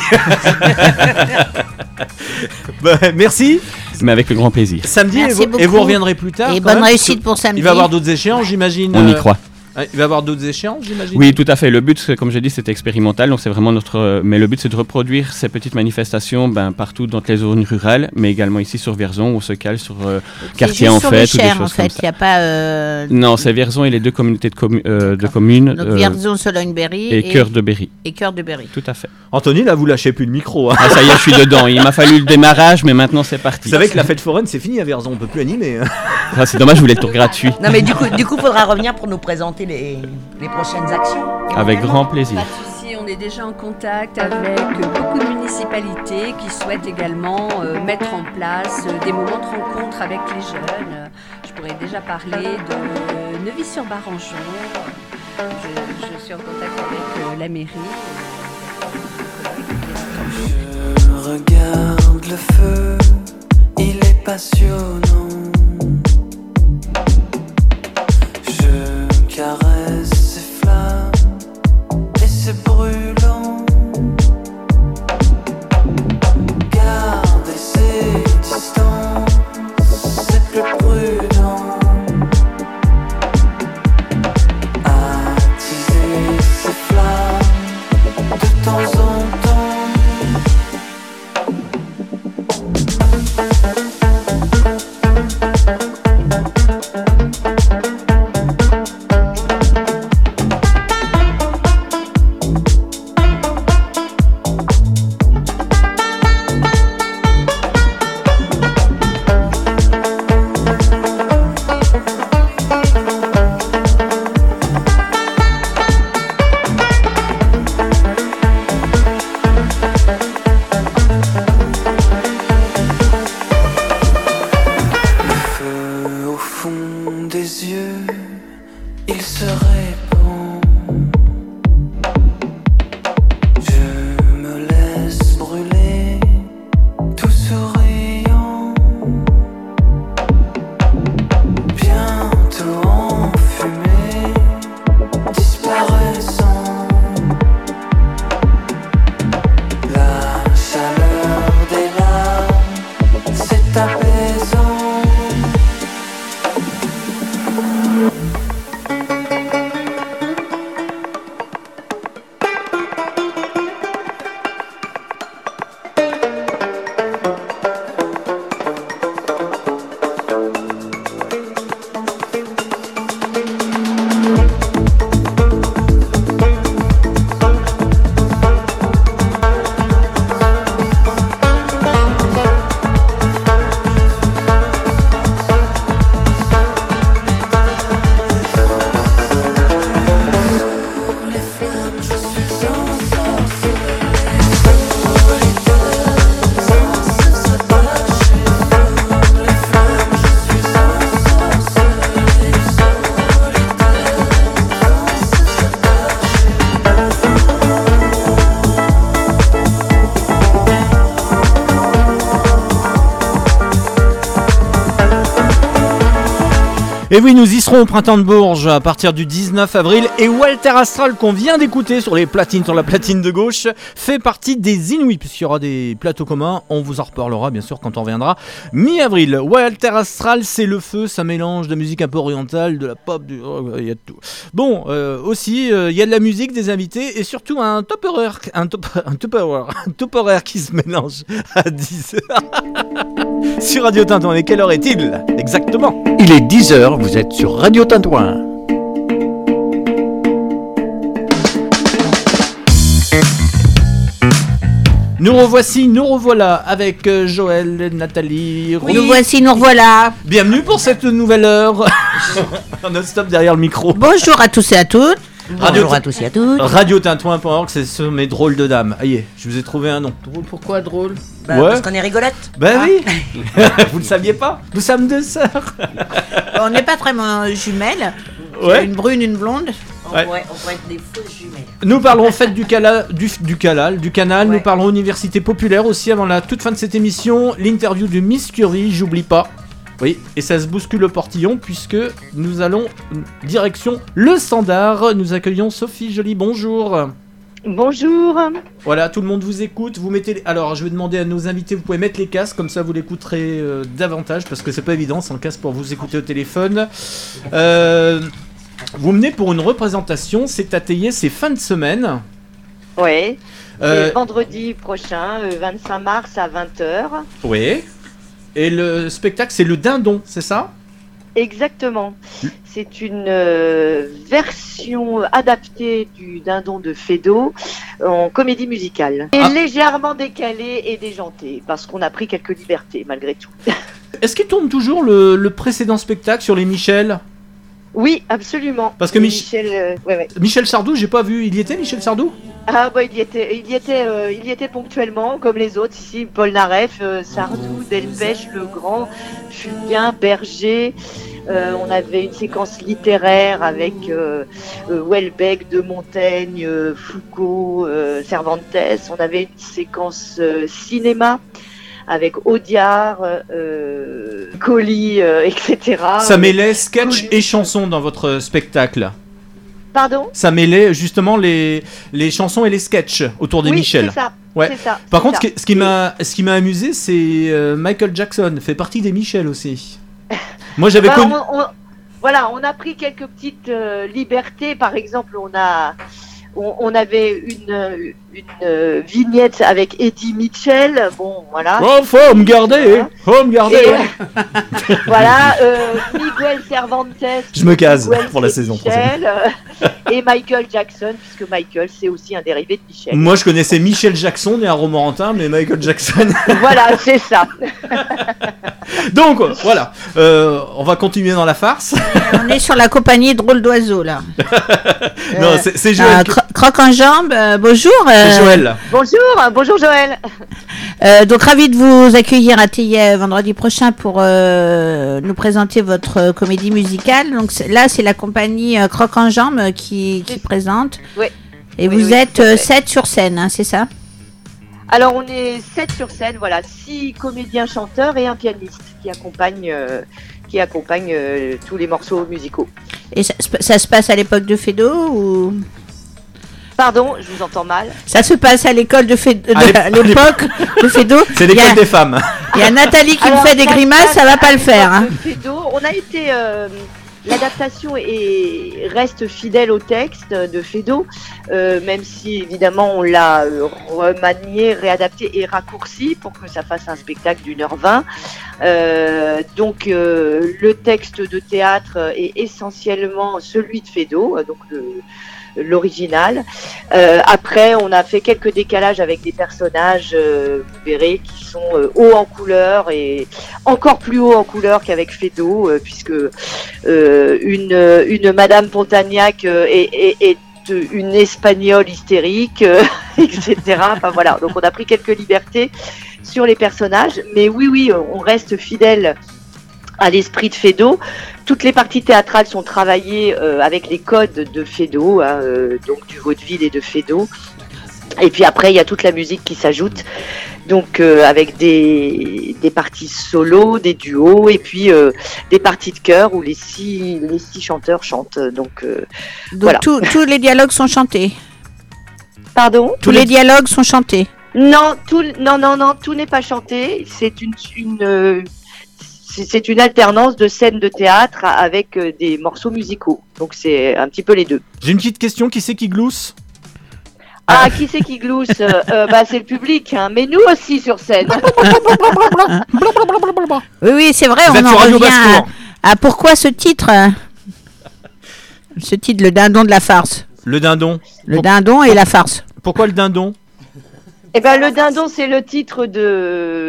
Merci. Mais avec le grand plaisir. Samedi, et vous reviendrez plus tard. Et bonne réussite pour samedi. Il va y avoir d'autres échéances, j'imagine. On y croit. Il va y avoir d'autres échéances, j'imagine. Oui, tout à fait. Le but, comme j'ai dit, c'est expérimental. Donc, c'est vraiment mais le but, c'est de reproduire ces petites manifestations partout dans les zones rurales, mais également ici sur Vierzon, où on se cale sur quartier en fait, ou des choses comme ça. Il n'y a pas. Non, c'est Vierzon et les 2 communautés de communes. Donc Vierzon, Sologne-Berry et Cœur de Berry. Et Cœur de Berry. Tout à fait. Anthony, là, vous lâchez plus le micro. Hein. Ah, ça y est, je suis dedans. Il m'a fallu le démarrage, mais maintenant c'est parti. Vous savez que la fête foraine, c'est fini à Vierzon, on peut plus animer. Ah, c'est dommage, je voulais le tour gratuit. Non, mais du coup, faudra revenir pour nous présenter les prochaines actions. Avec grand plaisir. Pas de souci, on est déjà en contact avec beaucoup de municipalités qui souhaitent également mettre en place des moments de rencontre avec les jeunes. Je pourrais déjà parler de Neuvy-sur-Barangeon. Je suis en contact avec la mairie. Je regarde le feu, il est passionnant. Je caresse ses flammes et c'est brûlant. Garder ses distances, c'est plus prudent. Attiser ses flammes de temps en temps. Et oui, nous y serons au Printemps de Bourges à partir du 19 avril. Et Walter Astral, qu'on vient d'écouter sur la platine de gauche, fait partie des Inuits, puisqu'il y aura des plateaux communs. On vous en reparlera bien sûr quand on reviendra. Mi-avril, Walter Astral, c'est le feu, ça mélange de la musique un peu orientale, de la pop, il y a de tout. Bon, aussi, il y a de la musique, des invités et surtout un top horaire qui se mélange à 10h sur Radio Tintouin. Et quelle heure est-il exactement? Il est 10h, vous êtes sur Radio Tintouin. Nous revoici, nous revoilà avec Joël, Nathalie, Oui. Nous voici, nous revoilà. Bienvenue pour cette nouvelle heure. Non-stop derrière le micro. Bonjour à tous et à toutes. Bonjour à tous et à toutes. Radiotintouin.org, c'est sur mes drôles de dames. Aïe, je vous ai trouvé un nom. Drôle, pourquoi drôle? Parce qu'on est rigolote. Oui. Vous le saviez pas? Nous sommes deux sœurs. On n'est pas vraiment jumelles. Ouais. Une brune, une blonde. On pourrait être des fausses jumelles. Nous parlerons fête du canal. Ouais. Nous parlerons université populaire aussi avant la toute fin de cette émission. L'interview de Miss Curie, j'oublie pas. Oui, et ça se bouscule au portillon puisque nous allons direction le Standard. Nous accueillons Sophie Joly, bonjour. Bonjour. Voilà, tout le monde vous écoute. Vous mettez. Alors, je vais demander à nos invités, vous pouvez mettre les casques, comme ça vous l'écouterez davantage parce que c'est pas évident sans casque pour vous écouter au téléphone. Vous menez pour une représentation, c'est à Théier, c'est fin de semaine. Oui. C'est vendredi prochain, 25 mars à 20h. Oui. Et le spectacle, c'est le Dindon, c'est ça? Exactement. C'est une version adaptée du Dindon de Feydeau en comédie musicale. Et légèrement décalée et déjantée, parce qu'on a pris quelques libertés malgré tout. Est-ce qu'il tourne toujours le précédent spectacle sur les Michel? Oui, absolument. Parce que Michel Sardou, j'ai pas vu. Il y était, Michel Sardou? Ah bah il y était ponctuellement, comme les autres ici, Paul Naref, Sardou, Delpech, Legrand, Fulbin, Berger. On avait une séquence littéraire avec Houellebecq, De Montaigne, Foucault, Cervantes. On avait une séquence cinéma avec Audiard, Colli, etc. Ça mêlait sketch et chansons dans votre spectacle. Pardon ? Ça mêlait justement les chansons et les sketchs autour des Michel. C'est ça. Ouais. C'est ça. Par contre, ce qui m'a amusé, c'est Michael Jackson fait partie des Michel aussi. Moi, j'avais connu. On a pris quelques petites libertés. Par exemple, on avait une vignette avec Eddie Mitchell. Bon, voilà. Oh, faut me garder. Voilà, Miguel Cervantes. Je me case pour la saison prochaine. Et Michael Jackson, puisque Michael, c'est aussi un dérivé de Michel. Moi, je connaissais Michel Jackson, né à Romorantin, mais Michael Jackson. Voilà, c'est ça. Donc, voilà. On va continuer dans la farce. On est sur la compagnie Drôle d'Oiseau, là. Non, c'est Joël. Croque en jambe, bonjour. C'est Joël. Bonjour Joël. Donc ravi de vous accueillir à Théier vendredi prochain pour nous présenter votre comédie musicale. Donc là c'est la compagnie Croque en jambe qui présente. Oui. Et vous êtes 7 sur scène, hein, c'est ça? Alors on est 7 sur scène, voilà, 6 comédiens chanteurs et un pianiste qui accompagne tous les morceaux musicaux. Et ça se passe à l'époque de Feydeau ou... Pardon, je vous entends mal. Ça se passe à l'école de Feydeau, à l'époque de Feydeau. C'est l'école des femmes. Il y a Nathalie qui me fait des grimaces, ça va pas le faire. Hein. Feydeau, on a été... L'adaptation reste fidèle au texte de Feydeau, même si évidemment on l'a remanié, réadapté et raccourci pour que ça fasse un spectacle d'1h20. Donc le texte de théâtre est essentiellement celui de Feydeau, donc l'original. Après, on a fait quelques décalages avec des personnages, vous verrez, qui sont hauts en couleur et encore plus hauts en couleur qu'avec Feydeau, puisque une Madame Pontagnac est une Espagnole hystérique, etc. Enfin voilà, donc on a pris quelques libertés sur les personnages, mais oui, on reste fidèle à l'esprit de Feydeau. Toutes les parties théâtrales sont travaillées avec les codes de Feydeau, donc du vaudeville et de Feydeau. Et puis après, il y a toute la musique qui s'ajoute. Donc avec des parties solo, des duos et puis des parties de chœur où les six chanteurs chantent. Donc voilà. Tous les dialogues sont chantés. Pardon ? Tous les dialogues sont chantés. Non, tout n'est pas chanté. C'est une alternance de scènes de théâtre avec des morceaux musicaux. Donc c'est un petit peu les deux. J'ai une petite question, qui c'est qui glousse ? Ah, qui c'est qui glousse ? C'est le public, hein. Mais nous aussi sur scène. Oui, c'est vrai, Vous êtes on en sur Radio revient Basse-Cour. à pourquoi ce titre, le dindon de la farce. Le dindon. Le dindon et la farce. Pourquoi le dindon ? Eh ben, le dindon, c'est le titre de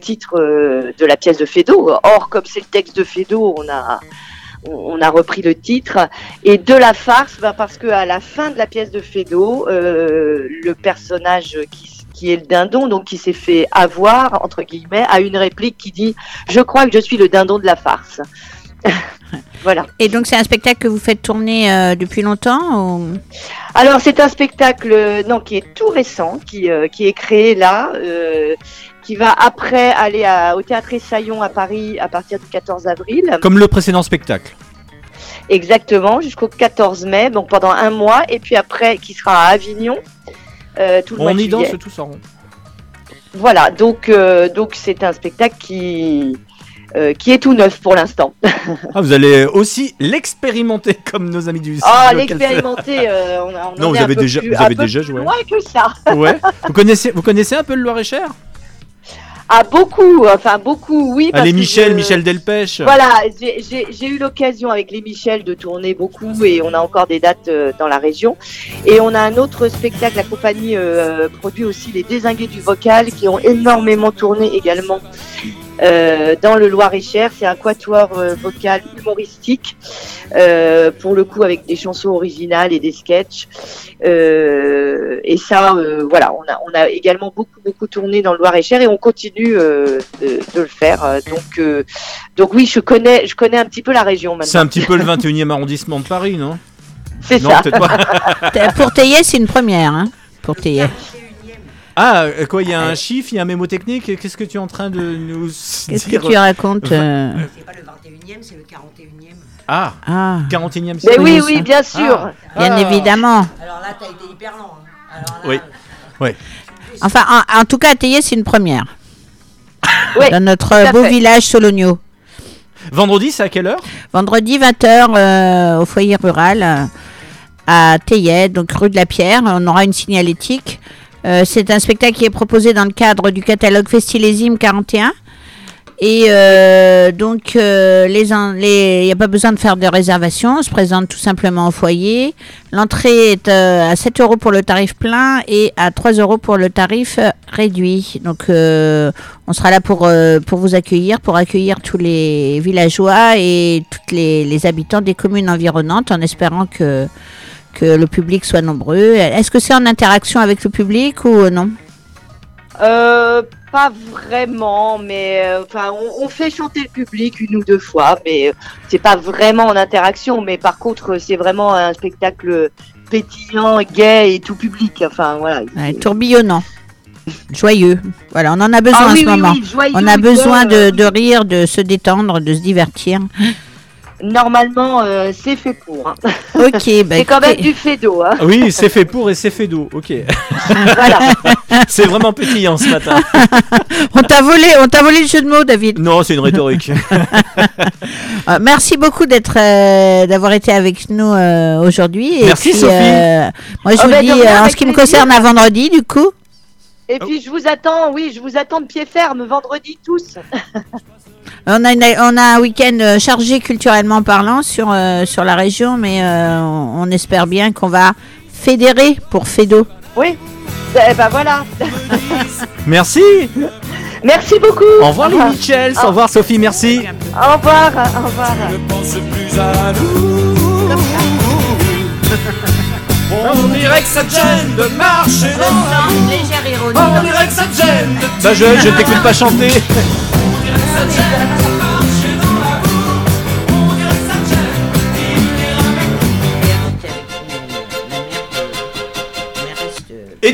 la pièce de Feydeau. Or, comme c'est le texte de Feydeau, on a repris le titre. Et de la farce, parce que à la fin de la pièce de Feydeau, le personnage qui est le dindon, donc qui s'est fait avoir, entre guillemets, a une réplique qui dit « Je crois que je suis le dindon de la farce ». Voilà. Et donc c'est un spectacle que vous faites tourner depuis longtemps ou... Alors c'est un spectacle qui est tout récent, qui est créé là, qui va après aller au Théâtre Essaillon à Paris à partir du 14 avril. Comme le précédent spectacle. Exactement, jusqu'au 14 mai, donc pendant un mois, et puis après qui sera à Avignon tout le mois de juillet. On y danse tous en rond. Voilà, donc c'est un spectacle qui est tout neuf pour l'instant. Ah, vous allez aussi l'expérimenter comme nos amis du Ah, l'expérimenter, on non, en vous est avez un peu déjà, plus, vous un avez peu déjà plus joué. loin que ça. Ouais. Vous connaissez un peu le Loir-et-Cher ? Ah, beaucoup, oui. Les Michel Delpech. Voilà, j'ai eu l'occasion avec les Michel de tourner beaucoup et on a encore des dates dans la région. Et on a un autre spectacle, la compagnie produit aussi les Dézingués du Vocal qui ont énormément tourné également dans le Loir-et-Cher. C'est un quatuor vocal humoristique, pour le coup avec des chansons originales et des sketchs. Et ça, voilà, on a également beaucoup tourné dans le Loir-et-Cher et on continue de le faire. Donc oui, je connais un petit peu la région maintenant. C'est un petit peu le 21e arrondissement de Paris, non ? C'est non, ça. Peut-être pas. Pour Théier, c'est une première, hein, pour Théier. Ah, quoi, il y a un chiffre, il y a un mémotechnique. Qu'est-ce que tu es en train de nous Qu'est-ce dire ? que tu racontes C'est pas le 21e, c'est le 41e. Ah, 41e Mais siècle. oui, bien sûr. Bien évidemment. Alors là, t'as été hyper lent. Hein. Alors là, Oui, oui. Enfin, en tout cas, Théier, c'est une première. Oui, dans tout notre à beau fait. village Sologno. Vendredi, c'est à quelle heure ? Vendredi 20h au foyer rural à Théier, donc rue de la Pierre. On aura une signalétique. C'est un spectacle qui est proposé dans le cadre du catalogue Festilésime 41. Et donc, il n'y a pas besoin de faire de réservation. On se présente tout simplement au foyer. L'entrée est à 7 € pour le tarif plein et à 3 € pour le tarif réduit. Donc, on sera là pour vous accueillir, pour accueillir tous les villageois et tous les habitants des communes environnantes en espérant que le public soit nombreux. Est-ce que c'est en interaction avec le public ou non ? Pas vraiment, mais on fait chanter le public une ou deux fois, mais c'est pas vraiment en interaction. Mais par contre, c'est vraiment un spectacle pétillant, gai et tout public. Enfin voilà. Ouais, tourbillonnant, joyeux. Voilà, on en a besoin en ce moment. Oui, joyeux, on a besoin gai, de rire, de se détendre, de se divertir. Normalement, c'est fait pour. Hein. Ok, c'est quand même du Feydeau. Hein. Oui, c'est fait pour et c'est fait d'eau. Ok. Voilà. C'est vraiment pétillant ce matin. On t'a volé le jeu de mots, David. Non, c'est une rhétorique. Merci beaucoup d'avoir été avec nous aujourd'hui. Et merci puis, Sophie. Moi, je vous dis, en ce qui me concerne, à vendredi, du coup. Et puis je vous attends de pied ferme vendredi tous. On a un week-end chargé culturellement parlant sur la région, mais on espère bien qu'on va fédérer pour Feydeau. Oui, ben voilà. Merci. Merci beaucoup. Au revoir les Michel, au revoir Sophie, merci. Au revoir, au revoir. Je ne pense plus à nous. On dirait que ça te gêne de marcher dans la rue. Légère ironie. On dirait que ça te gêne de Bah je t'écoute pas chanter.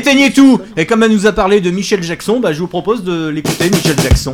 éteignez tout. Et comme elle nous a parlé de Michel Jackson, bah, je vous propose de l'écouter, Michel Jackson.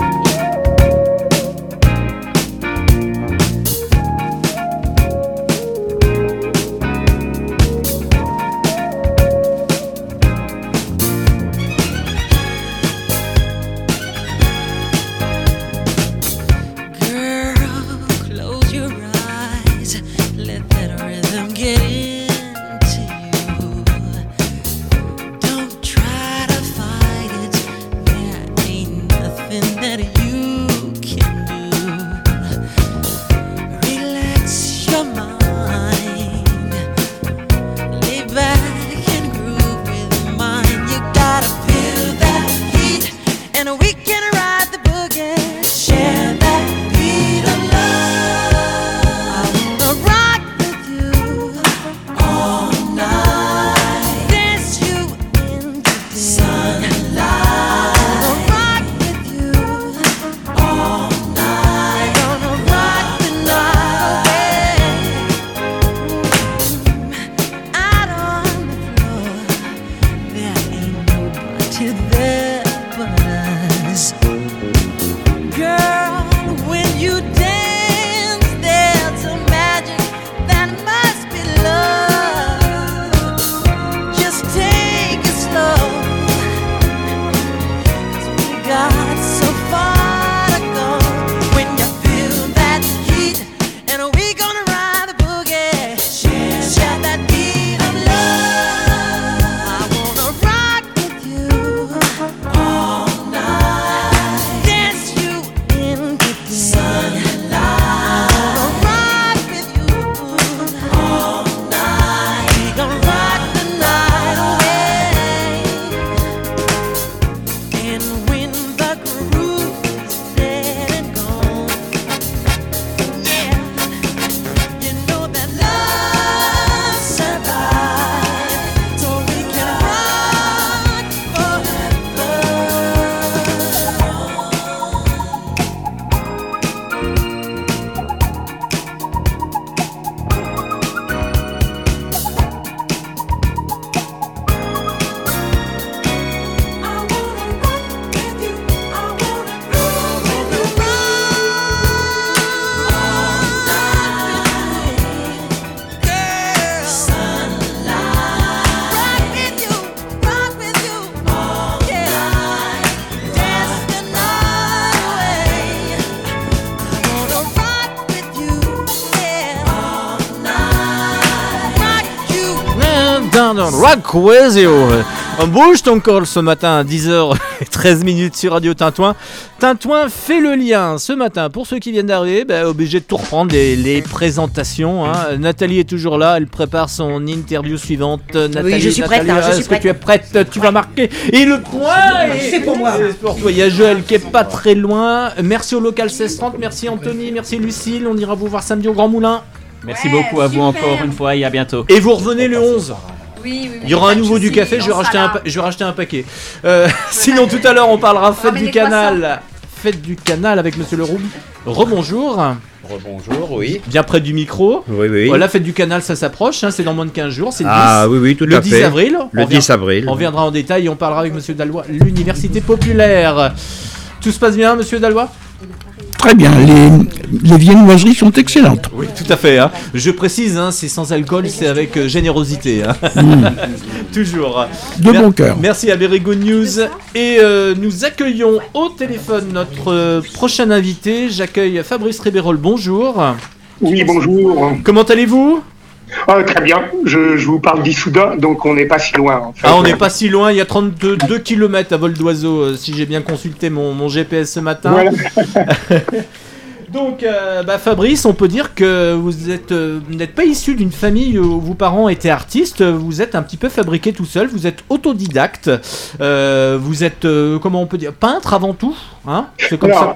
Rock with you. On bouge ton col ce matin à 10h13 sur Radio Tintouin. Tintouin fait le lien ce matin. Pour ceux qui viennent d'arriver, obligé de tout reprendre les présentations. Hein. Nathalie est toujours là, elle prépare son interview suivante. Nathalie, oui, je suis prête. Est-ce que tu es prête? Tu vas marquer. Et le point c'est pour moi. C'est pour toi. Il y a Joël qui est pas très loin. Merci au local 1630, merci Anthony, merci Lucille. On ira vous voir samedi au Grand Moulin. Merci beaucoup à vous encore une fois et à bientôt. Et vous revenez le 11. Oui, il y aura à nouveau du café, je vais racheter un paquet. Sinon tout à l'heure on parlera fête du canal. Fête du canal avec Monsieur Leroux. Rebonjour. Rebonjour, oui. Bien près du micro. Oui, oui. Voilà, fête du canal, ça s'approche, hein, c'est dans moins de 15 jours. C'est le 10, oui, tout le à 10 fait. Avril. Le 10 avril. On viendra en détail et on parlera avec Monsieur Dallois, l'université populaire. Tout se passe bien, Monsieur Dallois? Très bien, les viennoiseries sont excellentes. Oui, tout à fait. Hein. Je précise, hein, c'est sans alcool, c'est avec générosité. Hein. Toujours. De bon cœur. Merci à Very Good News. Et nous accueillons au téléphone notre prochain invité. J'accueille Fabrice Ribérol. Bonjour. Oui, bonjour. Comment allez-vous ? Très bien, je vous parle d'Issouda, donc on n'est pas si loin. En fait. Ah, on n'est pas si loin, il y a 32 km à vol d'oiseau, si j'ai bien consulté mon GPS ce matin. Voilà. Donc, Fabrice, on peut dire que vous n'êtes pas issu d'une famille où vos parents étaient artistes, vous êtes un petit peu fabriqué tout seul, vous êtes autodidacte, vous êtes, comment on peut dire, peintre avant tout, hein ? C'est comme ça.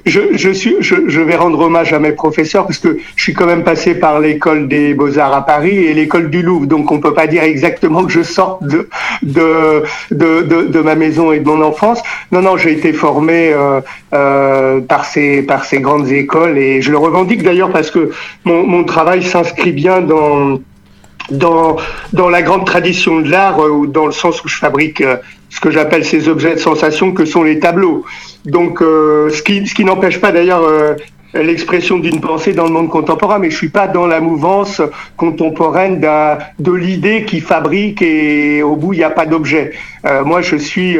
Je vais rendre hommage à mes professeurs parce que je suis quand même passé par l'école des Beaux-Arts à Paris et l'école du Louvre, donc on peut pas dire exactement que je sorte de ma maison et de mon enfance. Non, j'ai été formé par ces grandes écoles et je le revendique d'ailleurs parce que mon travail s'inscrit bien dans la grande tradition de l'art, dans le sens où je fabrique ce que j'appelle ces objets de sensation que sont les tableaux. Donc, ce qui n'empêche pas d'ailleurs l'expression d'une pensée dans le monde contemporain, mais je suis pas dans la mouvance contemporaine de l'idée qui fabrique et au bout il n'y a pas d'objet. Moi, je suis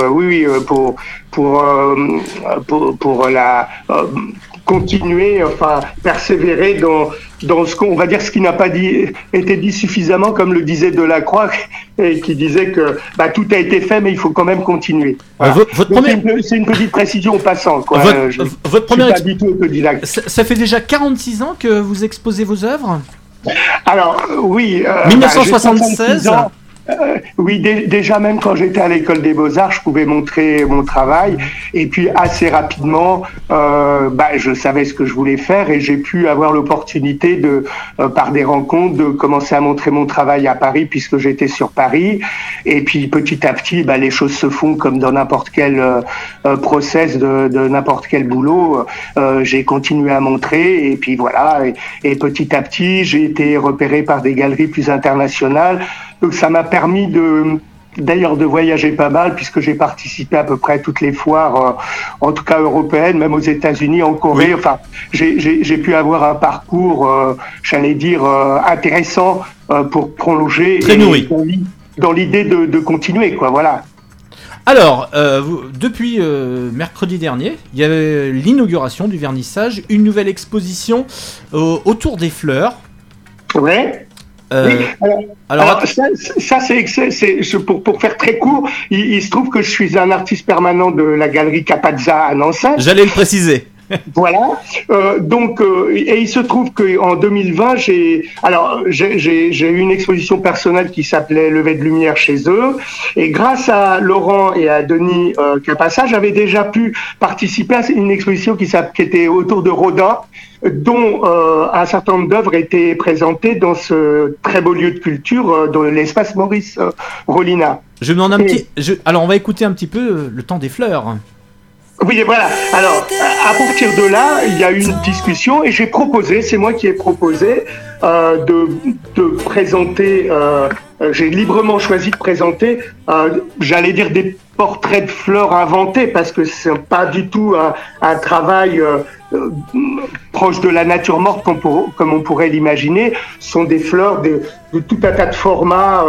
pour la continuer, enfin persévérer dans ce qu'on va dire, ce qui n'a pas été dit suffisamment, comme le disait Delacroix, et qui disait que tout a été fait, mais il faut quand même continuer. Voilà. C'est une petite précision au passant. Quoi. Votre première pas du tout autodidacte. Ça fait déjà 46 ans que vous exposez vos œuvres ? Alors oui. 1976. Oui, déjà même quand j'étais à l'école des Beaux-Arts, je pouvais montrer mon travail, et puis assez rapidement, je savais ce que je voulais faire, et j'ai pu avoir l'opportunité par des rencontres, de commencer à montrer mon travail à Paris, puisque j'étais sur Paris, et puis petit à petit, les choses se font comme dans n'importe quel process de n'importe quel boulot. J'ai continué à montrer, et puis voilà, et petit à petit, j'ai été repéré par des galeries plus internationales. Donc ça m'a permis d'ailleurs de voyager pas mal, puisque j'ai participé à peu près à toutes les foires, en tout cas européennes, même aux États-Unis, en Corée. Oui. Enfin, j'ai pu avoir un parcours, j'allais dire, intéressant pour prolonger. Très nourri. Dans l'idée de continuer, quoi. Voilà. Alors, depuis mercredi dernier, il y avait l'inauguration du vernissage, une nouvelle exposition autour des fleurs. Ouais. Oui, alors ça c'est pour faire très court, il se trouve que je suis un artiste permanent de la galerie Capazza à Nancy. J'allais le préciser. Voilà. Et il se trouve qu'en 2020, j'ai eu une exposition personnelle qui s'appelait Lever de lumière chez eux. Et grâce à Laurent et à Denis Capazza, j'avais déjà pu participer à une exposition qui était autour de Rodin, dont un certain nombre d'œuvres étaient présentées dans ce très beau lieu de culture, dans l'espace Maurice Rollinat. Alors, on va écouter un petit peu Le Temps des Fleurs. Oui, voilà. Alors, à partir de là, il y a eu une discussion et c'est moi qui ai proposé de présenter, j'ai librement choisi de présenter, j'allais dire des portraits de fleurs inventés, parce que c'est pas du tout un travail proche de la nature morte comme on pourrait l'imaginer. Ce sont des fleurs de tout un tas de formats,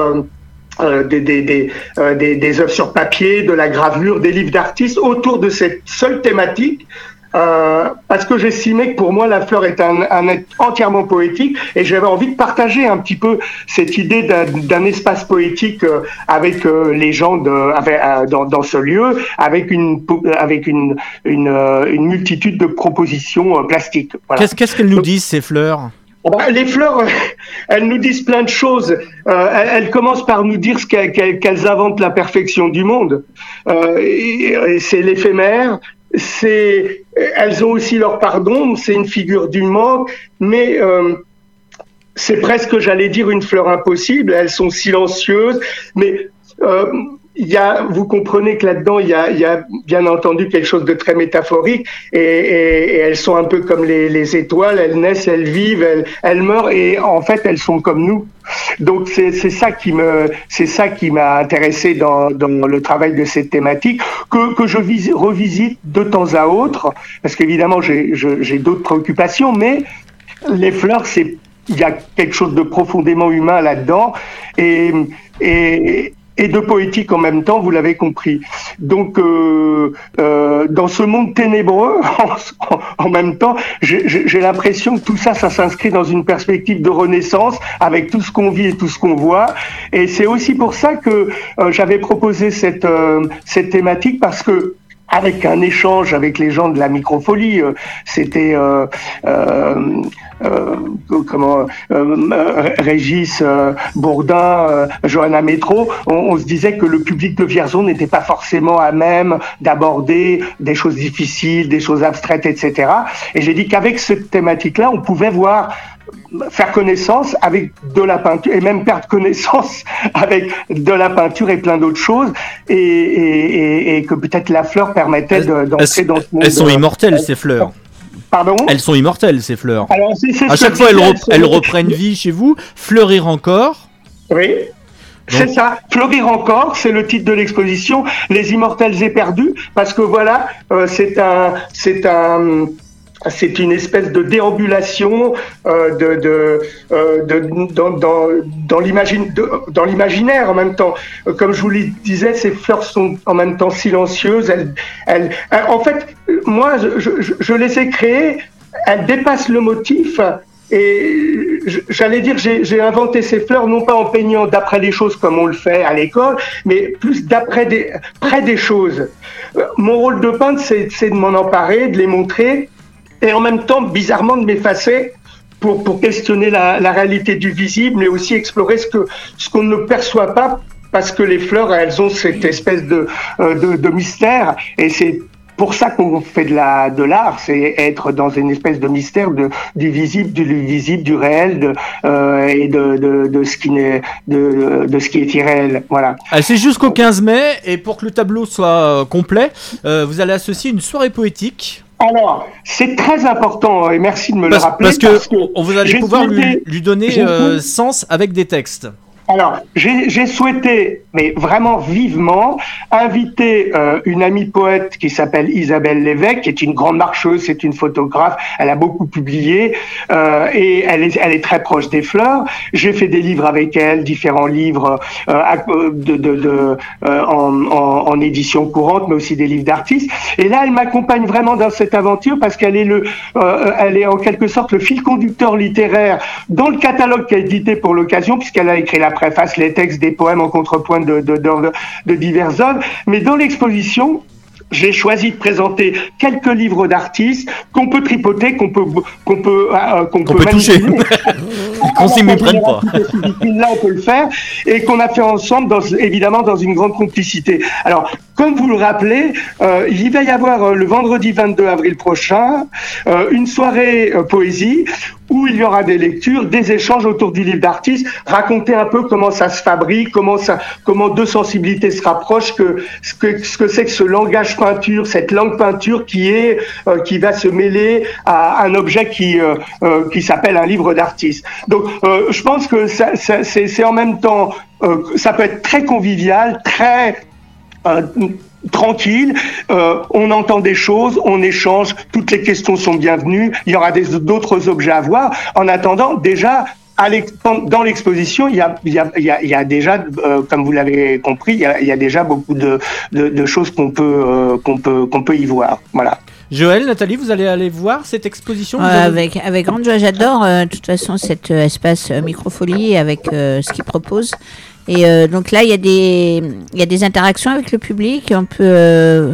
des œuvres sur papier, de la gravure, des livres d'artistes autour de cette seule thématique, parce que j'estimais que pour moi la fleur est un être entièrement poétique, et j'avais envie de partager un petit peu cette idée d'un espace poétique avec les gens dans ce lieu, avec une multitude de propositions plastiques. Voilà. Qu'est-ce qu'elles nous disent, ces fleurs ? Les fleurs, elles nous disent plein de choses. Elles commencent par nous dire qu'elles inventent la perfection du monde. Et c'est l'éphémère. Elles ont aussi leur pardon. C'est une figure du manque, mais c'est presque, j'allais dire, une fleur impossible. Elles sont silencieuses, mais vous comprenez que là-dedans, il y a bien entendu quelque chose de très métaphorique, et elles sont un peu comme les étoiles, elles naissent, elles vivent, elles meurent, et en fait, elles sont comme nous. Donc c'est ça qui m'a intéressé dans le travail de cette thématique, que je revisite de temps à autre, parce qu'évidemment, j'ai d'autres préoccupations, mais les fleurs, il y a quelque chose de profondément humain là-dedans, et de poétique en même temps, vous l'avez compris. Donc, dans ce monde ténébreux, en même temps, j'ai l'impression que tout ça s'inscrit dans une perspective de renaissance, avec tout ce qu'on vit et tout ce qu'on voit. Et c'est aussi pour ça que j'avais proposé cette thématique, parce que avec un échange avec les gens de la microfolie, c'était Régis Bourdin, Johanna Métro, on se disait que le public de Vierzon n'était pas forcément à même d'aborder des choses difficiles, des choses abstraites, etc. Et j'ai dit qu'avec cette thématique-là, on pouvait faire connaissance avec de la peinture, et même perdre connaissance avec de la peinture et plein d'autres choses, et que peut-être la fleur permettait d'entrer dans ce monde. Elles sont immortelles, ces fleurs. Pardon ? Elles sont immortelles, ces fleurs. Alors, c'est à chaque fois, elles reprennent vie chez vous. Fleurir encore. Oui. C'est ça, Fleurir encore, c'est le titre de l'exposition, Les Immortels éperdus, parce que voilà, c'est une espèce de déambulation dans l'imaginaire en même temps. Comme je vous le disais, ces fleurs sont en même temps silencieuses. En fait, moi, je les ai créées. Elles dépassent le motif. Et j'allais dire, j'ai inventé ces fleurs non pas en peignant d'après les choses comme on le fait à l'école, mais plus près des choses. Mon rôle de peintre, c'est de m'en emparer, de les montrer, et en même temps, bizarrement, de m'effacer pour questionner la réalité du visible, mais aussi explorer ce qu'on ne perçoit pas, parce que les fleurs, elles ont cette espèce de mystère, et c'est pour ça qu'on fait de l'art, c'est être dans une espèce de mystère du visible, du réel, et de ce qui est irréel. Voilà. C'est jusqu'au 15 mai, et pour que le tableau soit complet, vous allez associer une soirée poétique. Alors, c'est très important, et merci de me le rappeler. Parce que vous allez pouvoir lui donner sens avec des textes. Alors, j'ai souhaité, mais vraiment vivement, inviter une amie poète qui s'appelle Isabelle Lévesque, qui est une grande marcheuse, c'est une photographe, elle a beaucoup publié, et elle est très proche des fleurs. J'ai fait des livres avec elle, différents livres en édition courante, mais aussi des livres d'artistes. Et là, elle m'accompagne vraiment dans cette aventure parce qu'elle est elle est en quelque sorte le fil conducteur littéraire dans le catalogue qu'elle a édité pour l'occasion, puisqu'elle a écrit la préface, les textes, des poèmes en contrepoint de divers œuvres. Mais dans l'exposition, j'ai choisi de présenter quelques livres d'artistes qu'on peut tripoter, qu'on peut toucher. Qu'on s'y méprenne pas. Là, on peut le faire, et qu'on a fait ensemble, évidemment, dans une grande complicité. Alors, comme vous le rappelez, il va y avoir le vendredi 22 avril prochain une soirée poésie où il y aura des lectures, des échanges autour du livre d'artiste, raconter un peu comment ça se fabrique, comment deux sensibilités se rapprochent, ce que c'est que ce langage peinture, cette langue peinture qui va se mêler à un objet qui s'appelle un livre d'artiste. Donc, je pense que c'est en même temps, ça peut être très convivial, très tranquille, on entend des choses, on échange, toutes les questions sont bienvenues, il y aura d'autres objets à voir. En attendant, déjà, dans l'exposition, il y a déjà, comme vous l'avez compris, il y a déjà beaucoup de choses qu'on peut y voir. Voilà. Joël, Nathalie, vous allez aller voir cette exposition avec grande joie, j'adore de toute façon cet espace Microfolie avec ce qu'il propose. Et donc là, il y a des interactions avec le public. On peut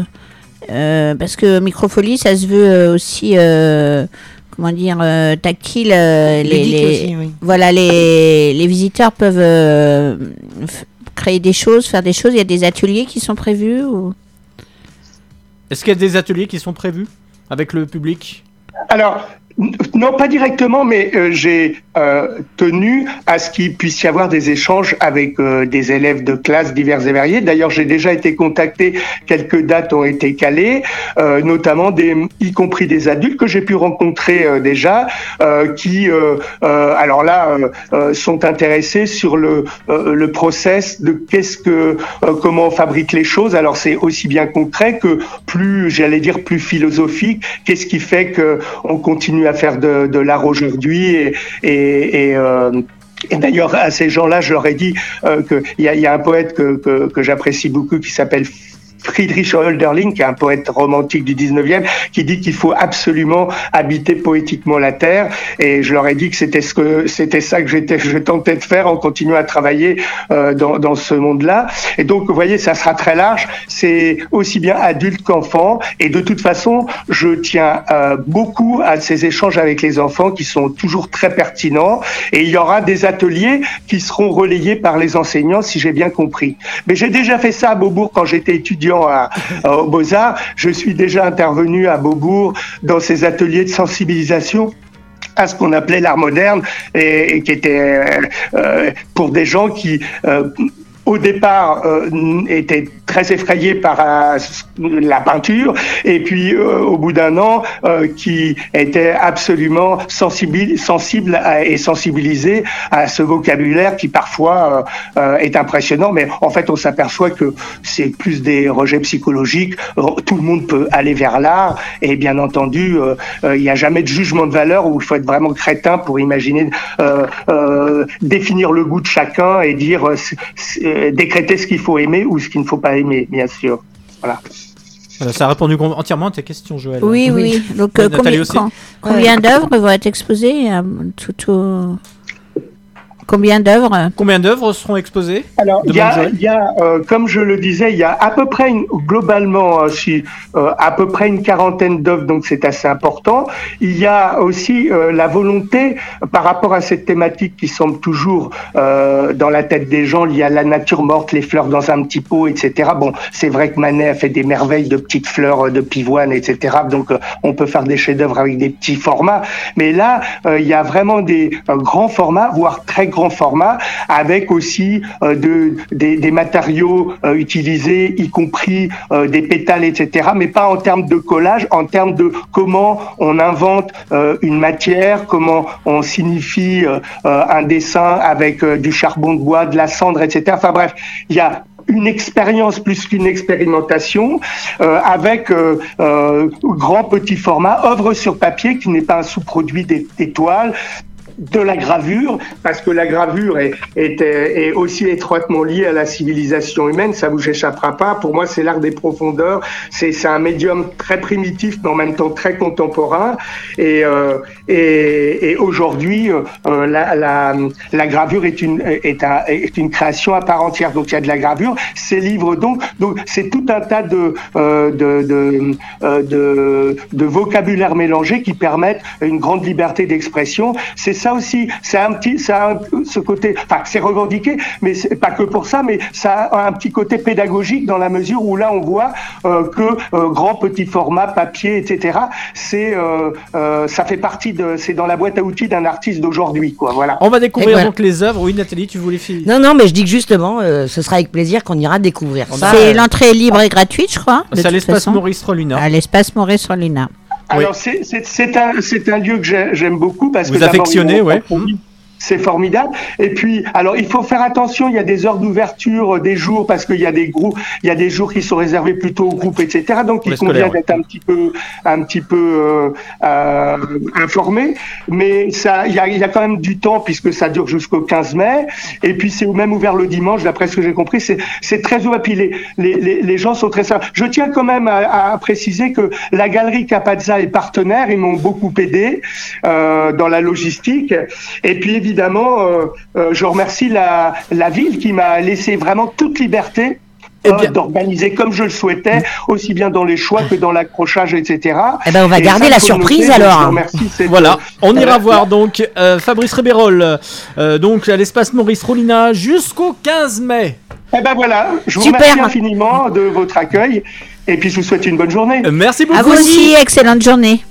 parce que Microfolie, ça se veut aussi comment dire tactile. Aussi, oui. Voilà, les visiteurs peuvent créer des choses, faire des choses. Il y a des ateliers qui sont prévus ou... Est-ce qu'il y a des ateliers qui sont prévus avec le public ? Alors, non, pas directement, mais j'ai tenu à ce qu'il puisse y avoir des échanges avec des élèves de classes diverses et variées. D'ailleurs, j'ai déjà été contacté, quelques dates ont été calées, notamment y compris des adultes que j'ai pu rencontrer déjà, qui, alors là, sont intéressés sur le process de comment on fabrique les choses. Alors, c'est aussi bien concret que plus philosophique. Qu'est-ce qui fait qu'on continue à faire de l'art aujourd'hui et d'ailleurs, à ces gens-là, je leur ai dit qu'il y a un poète que j'apprécie beaucoup qui s'appelle Friedrich Hölderlin, qui est un poète romantique du 19e, qui dit qu'il faut absolument habiter poétiquement la terre. Et je leur ai dit que c'était ça que je tentais de faire en continuant à travailler dans ce monde-là. Et donc, vous voyez, ça sera très large. C'est aussi bien adulte qu'enfant. Et de toute façon, je tiens beaucoup à ces échanges avec les enfants qui sont toujours très pertinents. Et il y aura des ateliers qui seront relayés par les enseignants, si j'ai bien compris. Mais j'ai déjà fait ça à Beaubourg quand j'étais étudiant aux Beaux-Arts. Je suis déjà intervenu à Beaubourg dans ces ateliers de sensibilisation à ce qu'on appelait l'art moderne et qui était pour des gens qui au départ étaient très effrayé par la peinture, et puis au bout d'un an, qui était absolument sensible et sensibilisé à ce vocabulaire qui parfois est impressionnant, mais en fait on s'aperçoit que c'est plus des rejets psychologiques. Tout le monde peut aller vers l'art, et bien entendu il n'y a jamais de jugement de valeur où il faut être vraiment crétin pour imaginer définir le goût de chacun et dire décréter ce qu'il faut aimer ou ce qu'il ne faut pas aimer, bien sûr. Voilà. Ça a répondu entièrement à tes questions, Joël. Oui. Donc, combien d'œuvres vont être exposées Combien d'œuvres seront exposées? Alors, il y a comme je le disais, il y a à peu près globalement à peu près une quarantaine d'œuvres, donc c'est assez important. Il y a aussi la volonté par rapport à cette thématique qui semble toujours dans la tête des gens, liée à la nature morte, les fleurs dans un petit pot, etc. Bon, c'est vrai que Manet a fait des merveilles de petites fleurs de pivoine, etc. Donc on peut faire des chefs-d'œuvre avec des petits formats, mais là il y a vraiment des grands formats, voire très grands format, avec aussi des matériaux utilisés, y compris des pétales, etc. Mais pas en termes de collage, en termes de comment on invente une matière, comment on signifie un dessin avec du charbon de bois, de la cendre, etc. Enfin bref, il y a une expérience plus qu'une expérimentation avec grand petit format, œuvre sur papier qui n'est pas un sous-produit des toiles, de la gravure, parce que la gravure est aussi étroitement liée à la civilisation humaine, ça vous échappera pas. Pour moi, c'est l'art des profondeurs, c'est un médium très primitif, mais en même temps très contemporain. Et aujourd'hui, la gravure est une création à part entière. Donc il y a de la gravure. Ces livres, donc c'est tout un tas de vocabulaire mélangé qui permettent une grande liberté d'expression. C'est ça aussi, ce côté, enfin c'est revendiqué, mais c'est pas que pour ça, mais ça a un petit côté pédagogique dans la mesure où là on voit que grand petit format, papier, etc. Ça fait partie c'est dans la boîte à outils d'un artiste d'aujourd'hui, quoi. Voilà. On va découvrir donc les œuvres. Oui, Nathalie, tu voulais finir? Non, mais je dis que justement, ce sera avec plaisir qu'on ira découvrir ça. C'est l'entrée libre et gratuite, je crois. C'est à l'espace Maurice Rollinat. À l'espace Maurice Rollinat. Alors c'est un lieu que j'aime beaucoup parce que vous affectionnez, ouais. C'est formidable. Et puis, alors, il faut faire attention. Il y a des heures d'ouverture, des jours, parce qu'il y a des groupes, il y a des jours qui sont réservés plutôt aux groupes, etc. Donc, il convient d'être un petit peu informé. Mais ça, il y a quand même du temps puisque ça dure jusqu'au 15 mai. Et puis, c'est même ouvert le dimanche, d'après ce que j'ai compris. C'est très ouvert. Puis les gens sont très sympas. Je tiens quand même à préciser que la galerie Capazza est partenaire. Ils m'ont beaucoup aidé dans la logistique. Et puis, évidemment, je remercie la ville qui m'a laissé vraiment toute liberté d'organiser comme je le souhaitais, aussi bien dans les choix que dans l'accrochage, etc. Eh ben, on va garder la surprise alors. Voilà, on ira voir donc Fabrice Rébérol, donc à l'espace Maurice Rollinat jusqu'au 15 mai. Eh ben voilà, je vous remercie infiniment de votre accueil et puis je vous souhaite une bonne journée. Merci beaucoup. À vous aussi, excellente journée.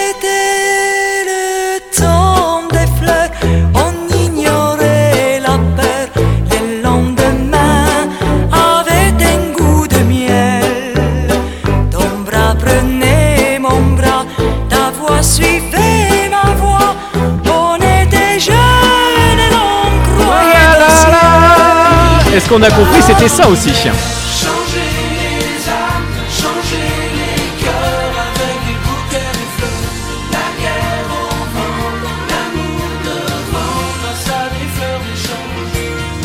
Suivez ma voix, on était jeunes et l'on croyait au ciel. Est-ce qu'on a compris, c'était ça aussi. Changer les âmes, changer les cœurs avec des bouquets de fleurs. La guerre au vent, l'amour devant, grâce à des fleurs d'échange.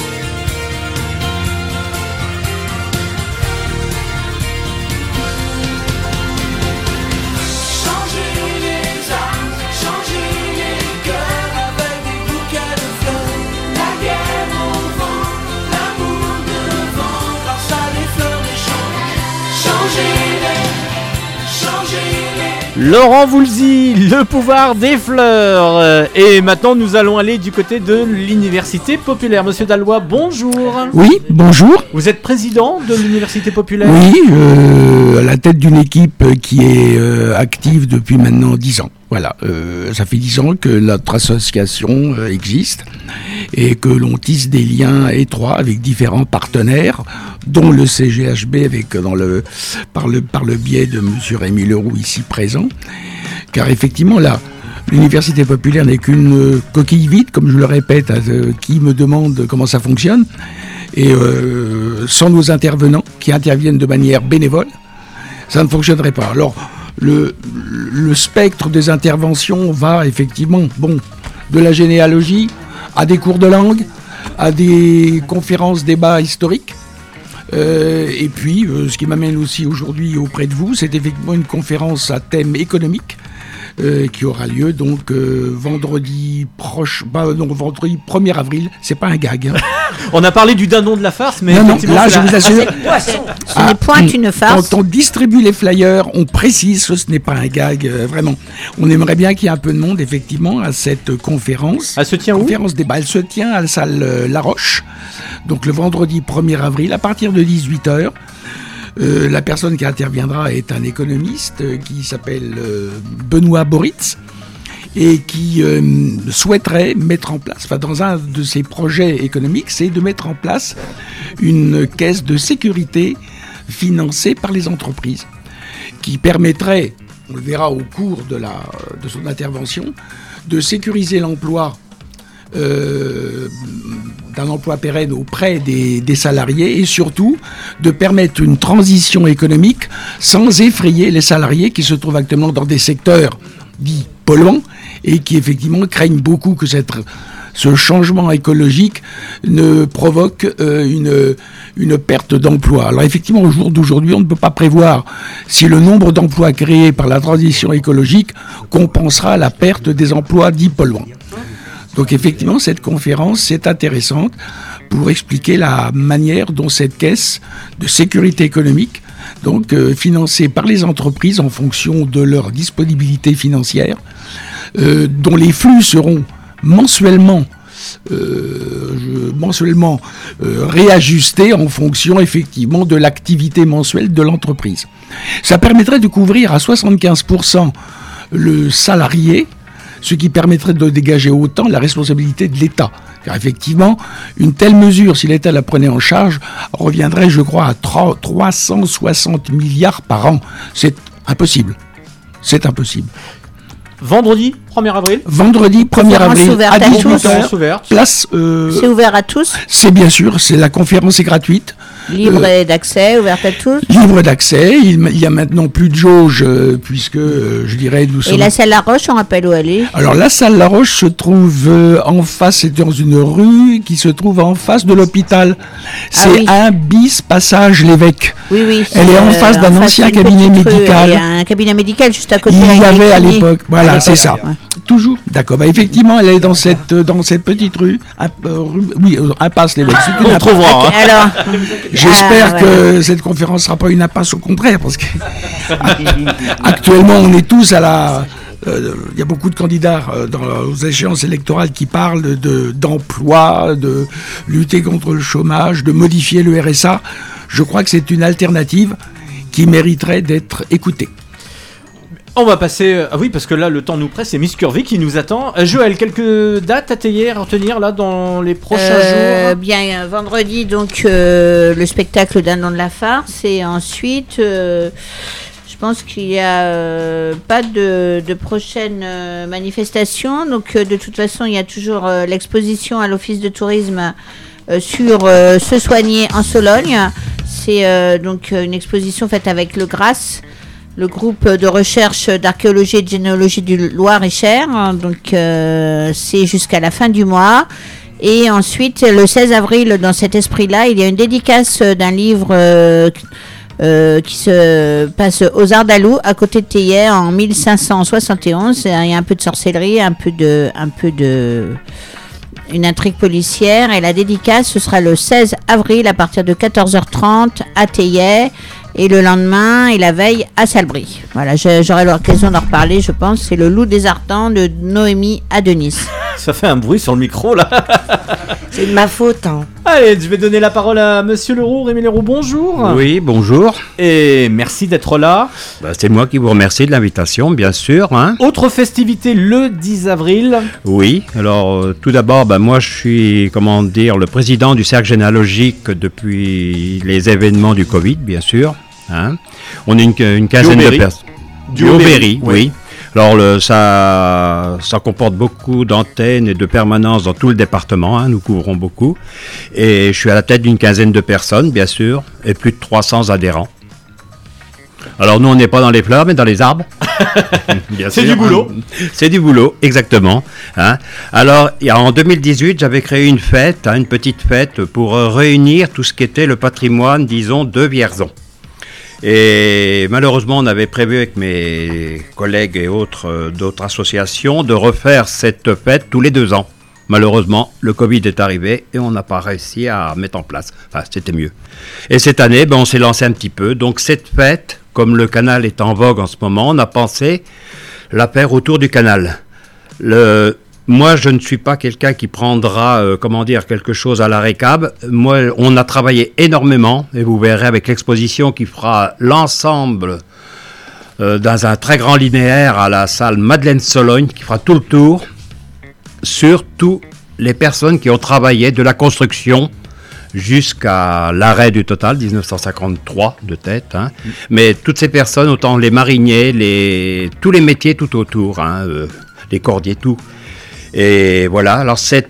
Laurent Voulzy, le pouvoir des fleurs. Et maintenant, nous allons aller du côté de l'Université populaire. Monsieur Dallois, bonjour. Oui, bonjour. Vous êtes président de l'Université populaire ? Oui, à la tête d'une équipe qui est active depuis maintenant 10 ans. Voilà, ça fait 10 ans que notre association existe et que l'on tisse des liens étroits avec différents partenaires, dont le CGHB par le biais de Monsieur Rémi Leroux ici présent. Car effectivement, là, l'université populaire n'est qu'une coquille vide, comme je le répète, qui me demande comment ça fonctionne. Et sans nos intervenants, qui interviennent de manière bénévole, ça ne fonctionnerait pas. Alors, le spectre des interventions va effectivement, de la généalogie à des cours de langue, à des conférences, débats historiques. Et puis, ce qui m'amène aussi aujourd'hui auprès de vous, c'est effectivement une conférence à thème économique qui aura lieu donc vendredi 1er avril. C'est pas un gag. Hein. On a parlé du dindon de la farce, mais non, là, je vous assure, ce n'est point une farce. Quand on distribue les flyers, on précise que ce n'est pas un gag, vraiment. On aimerait bien qu'il y ait un peu de monde, effectivement, à cette conférence. Elle se tient où ? Conférence débat. Elle se tient à la salle La Roche, donc le vendredi 1er avril, à partir de 18h. La personne qui interviendra est un économiste qui s'appelle Benoît Boritz et qui souhaiterait mettre en place, dans un de ses projets économiques, c'est de mettre en place une caisse de sécurité financée par les entreprises qui permettrait, on le verra au cours de son intervention, de sécuriser l'emploi d'un emploi pérenne auprès des salariés et surtout de permettre une transition économique sans effrayer les salariés qui se trouvent actuellement dans des secteurs dits polluants et qui effectivement craignent beaucoup que ce changement écologique ne provoque une perte d'emploi. Alors effectivement, au jour d'aujourd'hui, on ne peut pas prévoir si le nombre d'emplois créés par la transition écologique compensera la perte des emplois dits polluants. Donc effectivement, cette conférence, c'est intéressante pour expliquer la manière dont cette caisse de sécurité économique, donc financée par les entreprises en fonction de leur disponibilité financière, dont les flux seront mensuellement réajustés en fonction effectivement de l'activité mensuelle de l'entreprise. Ça permettrait de couvrir à 75% le salarié, ce qui permettrait de dégager autant la responsabilité de l'État. Car effectivement, une telle mesure, si l'État la prenait en charge, reviendrait, je crois, à 360 milliards par an. C'est impossible. C'est impossible. Vendredi 1er avril. Vendredi 1er avril à 18h. Place. C'est ouvert à tous. C'est bien sûr, la conférence est gratuite. Libre d'accès, ouverte à tous. Libre d'accès. Il y a maintenant plus de jauge puisque je dirais nous sommes. Et la salle La Roche, on rappelle où elle est ? Alors la salle La Roche se trouve en face, c'est dans une rue qui se trouve en face de l'hôpital. C'est 1 bis passage L'Évêque. Oui. Elle est en face d'un ancien cabinet médical. Il y a un cabinet médical juste à côté. Il y avait à l'époque. Voilà, c'est ça. Ouais. Toujours. D'accord. Bah, effectivement, elle est dans cette petite rue. Impasse L'Évêque. On trouvera. Alors. J'espère que cette conférence ne sera pas une impasse, au contraire, parce que actuellement on est tous à il y a beaucoup de candidats aux échéances électorales qui parlent d'emploi, de lutter contre le chômage, de modifier le RSA. Je crois que c'est une alternative qui mériterait d'être écoutée. On va passer... Ah oui, parce que là, le temps nous presse, c'est Miss Curvy qui nous attend. Joël, quelques dates à retenir là dans les prochains jours ? Bien, vendredi, donc, le spectacle d'un nom de la farce. Et ensuite, je pense qu'il n'y a pas de prochaine manifestation. Donc, de toute façon, il y a toujours l'exposition à l'Office de tourisme sur Se soigner en Sologne. C'est donc une exposition faite avec le GRAS, le groupe de recherche d'archéologie et de généalogie du Loir-et-Cher. Donc c'est jusqu'à la fin du mois. Et ensuite, le 16 avril, dans cet esprit-là, il y a une dédicace d'un livre qui se passe aux Ardalous, à côté de Théier, en 1571. Il y a un peu de sorcellerie, une intrigue policière. Et la dédicace, ce sera le 16 avril à partir de 14h30 à Théier. Et le lendemain et la veille à Salbris. Voilà, j'aurai l'occasion d'en reparler, je pense. C'est le Loup des Ardents de Noémie Adenis. Ça fait un bruit sur le micro là. C'est de ma faute. Hein. Allez, je vais donner la parole à Monsieur Leroux. Rémi Leroux, bonjour. Oui, bonjour. Et merci d'être là. C'est moi qui vous remercie de l'invitation, bien sûr. Hein. Autre festivité le 10 avril. Oui, alors tout d'abord, moi je suis, le président du cercle généalogique depuis les événements du Covid, bien sûr. Hein. On est une quinzaine de personnes. Du Haut-Berry, oui. Alors ça comporte beaucoup d'antennes et de permanences dans tout le département, hein, nous couvrons beaucoup. Et je suis à la tête d'une quinzaine de personnes, bien sûr, et plus de 300 adhérents. Alors nous, on n'est pas dans les fleurs, mais dans les arbres. C'est du boulot. C'est du boulot, exactement. Hein. Alors, en 2018, j'avais créé une fête, une petite fête, pour réunir tout ce qui était le patrimoine, disons, de Vierzon. Et malheureusement, on avait prévu avec mes collègues et d'autres associations de refaire cette fête tous les 2 ans. Malheureusement, le Covid est arrivé et on n'a pas réussi à mettre en place. Enfin, c'était mieux. Et cette année, on s'est lancé un petit peu. Donc cette fête, comme le canal est en vogue en ce moment, on a pensé la faire autour du canal. Moi, je ne suis pas quelqu'un qui prendra, quelque chose à la récab. Moi, on a travaillé énormément, et vous verrez avec l'exposition qui fera l'ensemble dans un très grand linéaire à la salle Madeleine Sologne, qui fera tout le tour, sur toutes les personnes qui ont travaillé de la construction jusqu'à l'arrêt du total, 1953 de tête. Hein. Mais toutes ces personnes, autant les mariniers, tous les métiers tout autour, les cordiers, tout. Et voilà, alors cette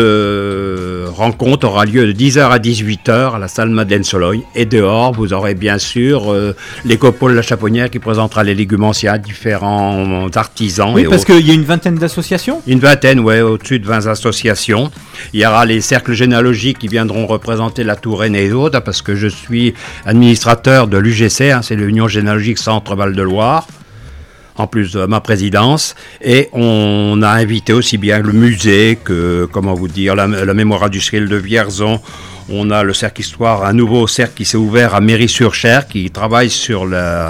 rencontre aura lieu de 10h à 18h à la salle Madeleine-Sologne. Et dehors, vous aurez bien sûr l'écopole La Chaponnière qui présentera les légumenciats, différents artisans. Oui, parce qu'il y a une vingtaine d'associations. Une vingtaine, oui, au-dessus de 20 associations. Il y aura les cercles généalogiques qui viendront représenter la Touraine et autres, parce que je suis administrateur de l'UGC, c'est l'Union généalogique Centre-Val-de-Loire. En plus de ma présidence, et on a invité aussi bien le musée que, la mémoire industrielle de Vierzon. On a le cercle histoire, un nouveau cercle qui s'est ouvert à Méry-sur-Cher, qui travaille sur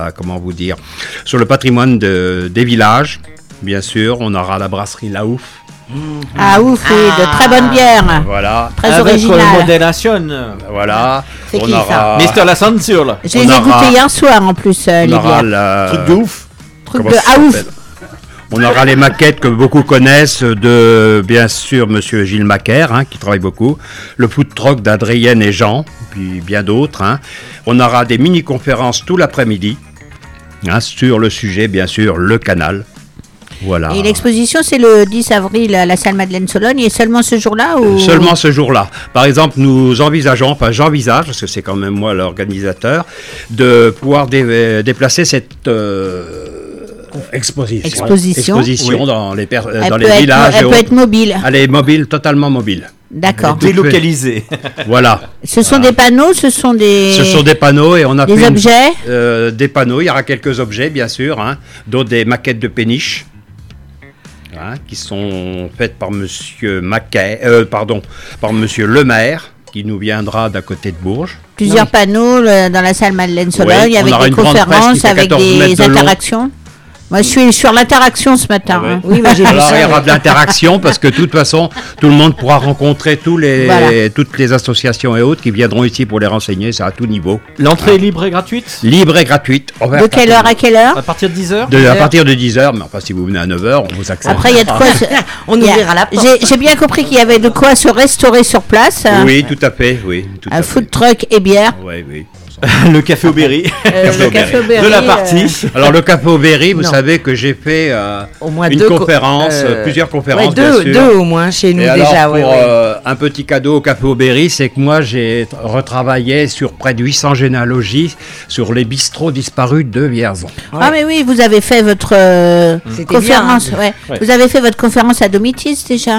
sur le patrimoine des villages. Bien sûr, on aura la brasserie La Ouf. Ah ouf, oui, de très bonnes bières. Voilà. Très originales. Avec modération. Voilà. C'est qui ça Mister La Censure. Je les ai goûtés hier soir en plus, les bières. Truc de ouf. On aura les maquettes que beaucoup connaissent de, bien sûr, monsieur Gilles Macaire, qui travaille beaucoup, le food truck d'Adrienne et Jean, puis bien d'autres. On aura des mini-conférences tout l'après-midi sur le sujet, bien sûr, le canal. Voilà. Et l'exposition, c'est le 10 avril à la salle Madeleine-Sologne, et seulement ce jour-là ou... Seulement ce jour-là. Par exemple, j'envisage, parce que c'est quand même moi l'organisateur, de pouvoir déplacer cette... Exposition oui. dans les villages. Elle peut être mobile. Elle est mobile, totalement mobile. D'accord. Délocalisée. Voilà. Ce sont des panneaux, ce sont des panneaux et on a des fait objets. Des panneaux. Il y aura quelques objets, bien sûr, dont des maquettes de péniches. Qui sont faites par monsieur par monsieur Lemaire, qui nous viendra d'à côté de Bourges. Plusieurs panneaux dans la salle Madeleine-Sologne, avec des conférences, avec des interactions. Moi, je suis sur l'interaction ce matin. Ah oui, mais j'ai vu ça. Il y aura de l'interaction parce que de toute façon, tout le monde pourra rencontrer toutes les associations et autres qui viendront ici pour les renseigner. C'est à tout niveau. L'entrée est libre et gratuite ? Libre et gratuite. De quelle heure à quelle heure ? À partir de 10h ? À partir de 10h, mais enfin, si vous venez à 9h, on vous accepte. Après, il y a de quoi... on ouvrira la porte. J'ai bien compris qu'il y avait de quoi se restaurer sur place. Oui, tout à fait. Oui, un food truck et bière. Oui. Le café au Berry. Le café au Berry. De la partie. Alors, le café au Berry, vous savez que j'ai fait au moins plusieurs conférences. Deux au moins chez nous et déjà. Alors, pour un petit cadeau au café au Berry, c'est que moi, j'ai retravaillé sur près de 800 généalogies sur les bistrots disparus de Vierzon. Ah, mais oui, vous avez fait votre conférence. Bien, Vous avez fait votre conférence à Domitis déjà.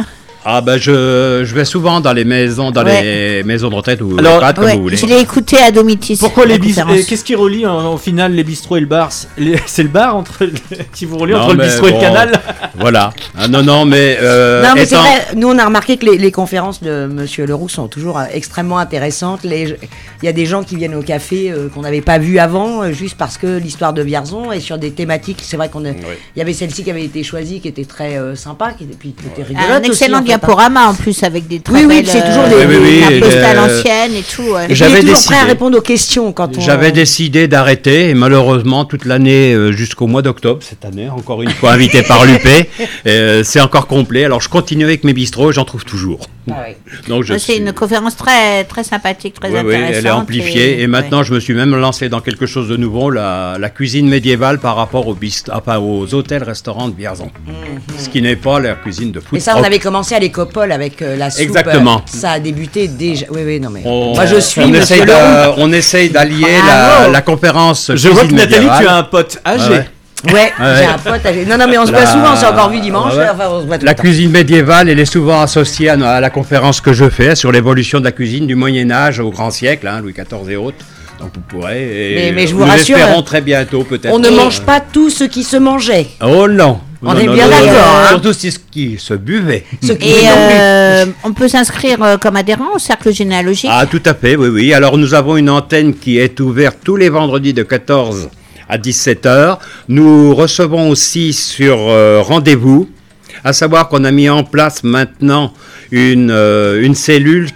Ah ben je vais souvent dans les maisons, les maisons de retraite ou Alors, comme vous voulez. Je l'ai écouté à Domitis. Pourquoi les qu'est-ce qui relie au final les bistrots et le bar? C'est le bar qui vous relie entre le bistrot et le canal. Voilà. Ah, non mais. Non mais c'est vrai. Nous on a remarqué que les conférences de Monsieur Leroux sont toujours extrêmement intéressantes. Il y a des gens qui viennent au café qu'on n'avait pas vu avant, juste parce que l'histoire de Vierzon est sur des thématiques. C'est vrai il y avait celle-ci qui avait été choisie, qui était très sympa, qui était rigolote. Un excellent diaporama en plus avec des très oui, belles c'est toujours des postales anciennes et tout. J'avais toujours décidé. prêt à répondre aux questions quand on. J'avais décidé d'arrêter et malheureusement toute l'année jusqu'au mois d'octobre cette année, encore une fois invité par l'UP, c'est encore complet. Alors je continue avec mes bistrots, j'en trouve toujours. Ah oui. Donc c'est une conférence très très sympathique, très intéressante. Oui, elle est amplifiée et maintenant je me suis même lancé dans quelque chose de nouveau, la cuisine médiévale par rapport aux hôtels-restaurants de Vierzon. Ce qui n'est pas la cuisine de food. Et ça, on avait commencé à l'écopole avec la soupe. Exactement. Ça a débuté déjà. Oui, non mais. Moi, je suis. On essaye d'allier la conférence. Je vois que Nathalie, tu as un pote âgé. Ouais, j'ai un pote âgé. Non, mais on se voit souvent, on s'est encore vu dimanche. Enfin, on se voit tout la le temps. cuisine médiévale, elle est souvent associée à la conférence que je fais sur l'évolution de la cuisine du Moyen-Âge au grand siècle, Louis XIV et autres. Donc vous pourrez. Mais je vous rassure. Nous espérons très bientôt peut-être. On ne mange pas tout ce qui se mangeait. Oh non. On est bien d'accord. Surtout ce qui se buvait. Et on peut s'inscrire comme adhérent au cercle généalogique. Ah, tout à fait, oui. Alors nous avons une antenne qui est ouverte tous les vendredis de 14 à 17h. Nous recevons aussi sur rendez-vous, à savoir qu'on a mis en place maintenant une cellule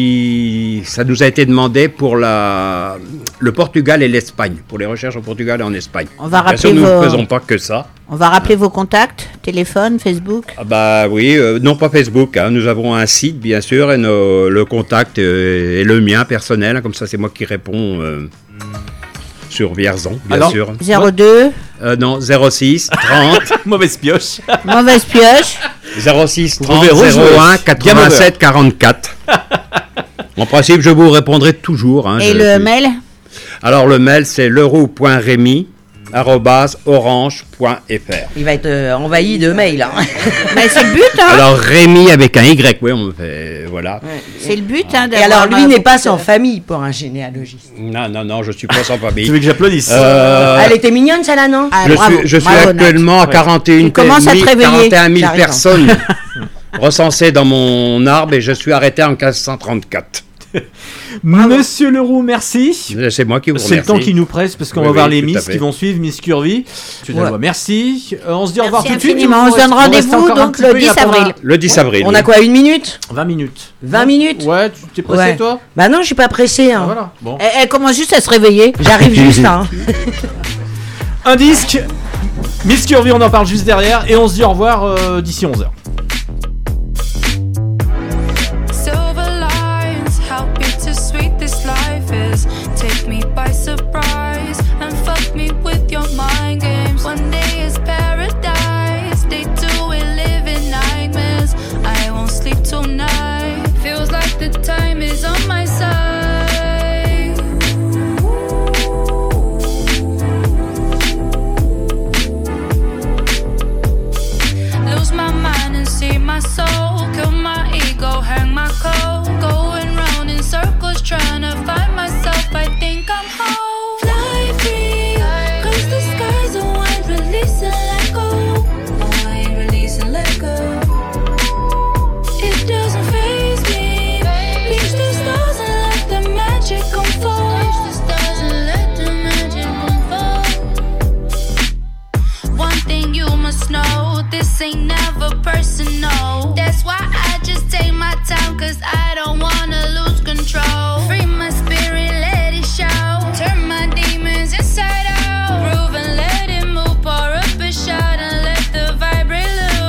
ça nous a été demandé pour le Portugal et l'Espagne, pour les recherches au Portugal et en Espagne. On va Bien sûr, nous ne faisons pas que ça. On va rappeler vos contacts, téléphone, Facebook. Ah bah oui, non pas Facebook, nous avons un site bien sûr et le contact est le mien personnel, comme ça c'est moi qui réponds sur Vierzon, bien sûr. 02 non, 06 30 Mauvaise pioche. 06 30 01 87 44. En principe, je vous répondrai toujours. Et le mail? Alors, le mail, c'est leroux.remy@orange.fr. Il va être envahi de mails. Mais c'est le but, Alors, Rémi avec un Y, oui, on fait, voilà. Ouais. C'est le but, Et alors, lui n'est pas sans famille pour un généalogiste. Non, je suis pas sans famille. Tu veux que j'applaudisse? Elle était mignonne, celle-là, non? Je suis actuellement à 41 000 personnes recensées dans mon arbre et je suis arrêté en 1534. Monsieur Leroux, merci. C'est moi qui vous remercie. C'est le temps qui nous presse parce qu'on va voir les Miss qui vont suivre, Miss Curvy. Merci. On se dit au revoir tout de suite. On se donne rendez-vous donc le 10 avril. Le 10 avril. On a quoi, 1 minute? 20 minutes. 20 minutes? Ouais, tu t'es pressé toi? Bah non, je suis pas pressé. Voilà. Bon. Elle commence juste à se réveiller. J'arrive juste. Un disque. Miss Curvy, on en parle juste derrière et on se dit au revoir d'ici 11h. Take me by surprise and fuck me with your mind games. One day is paradise, day two we live in nightmares. I won't sleep tonight, feels like the time is on my side. Lose my mind and see my soul, kill my ego, hang my coat, going round in circles trying to find myself. I think I'm home. Fly free, cause the skies are wide, release and let go. Wide, release and let go. It doesn't faze me. Reach the stars and let the magic unfold. Reach the stars and let the magic unfold. One thing you must know, this ain't never personal. That's why I just take my time, cause I don't wanna lose control. Free my spirit, let it show. Turn my demons inside out. Groove and let it move. Pour up a shot and let the vibrate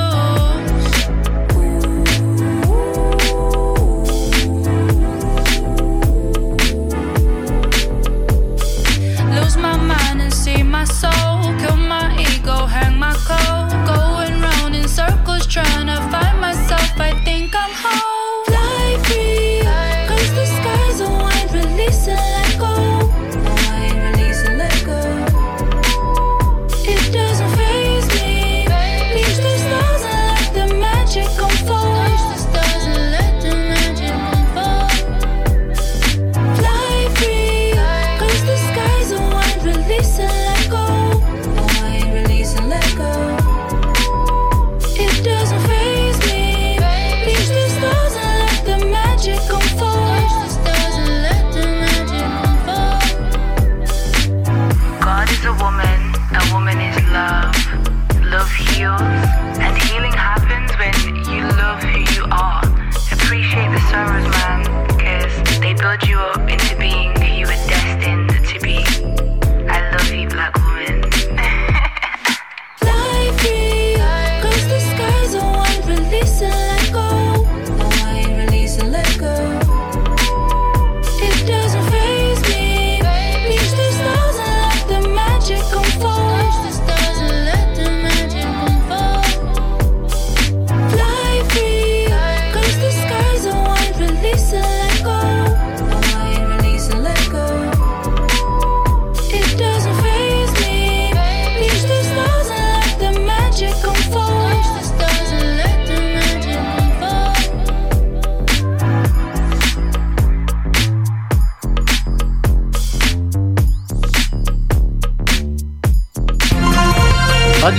loose. Lose my mind and see my soul. Kill my ego, hang my coat. Going round in circles trying to find myself. I think I'm home. Fly free, cause the skies are wide, release.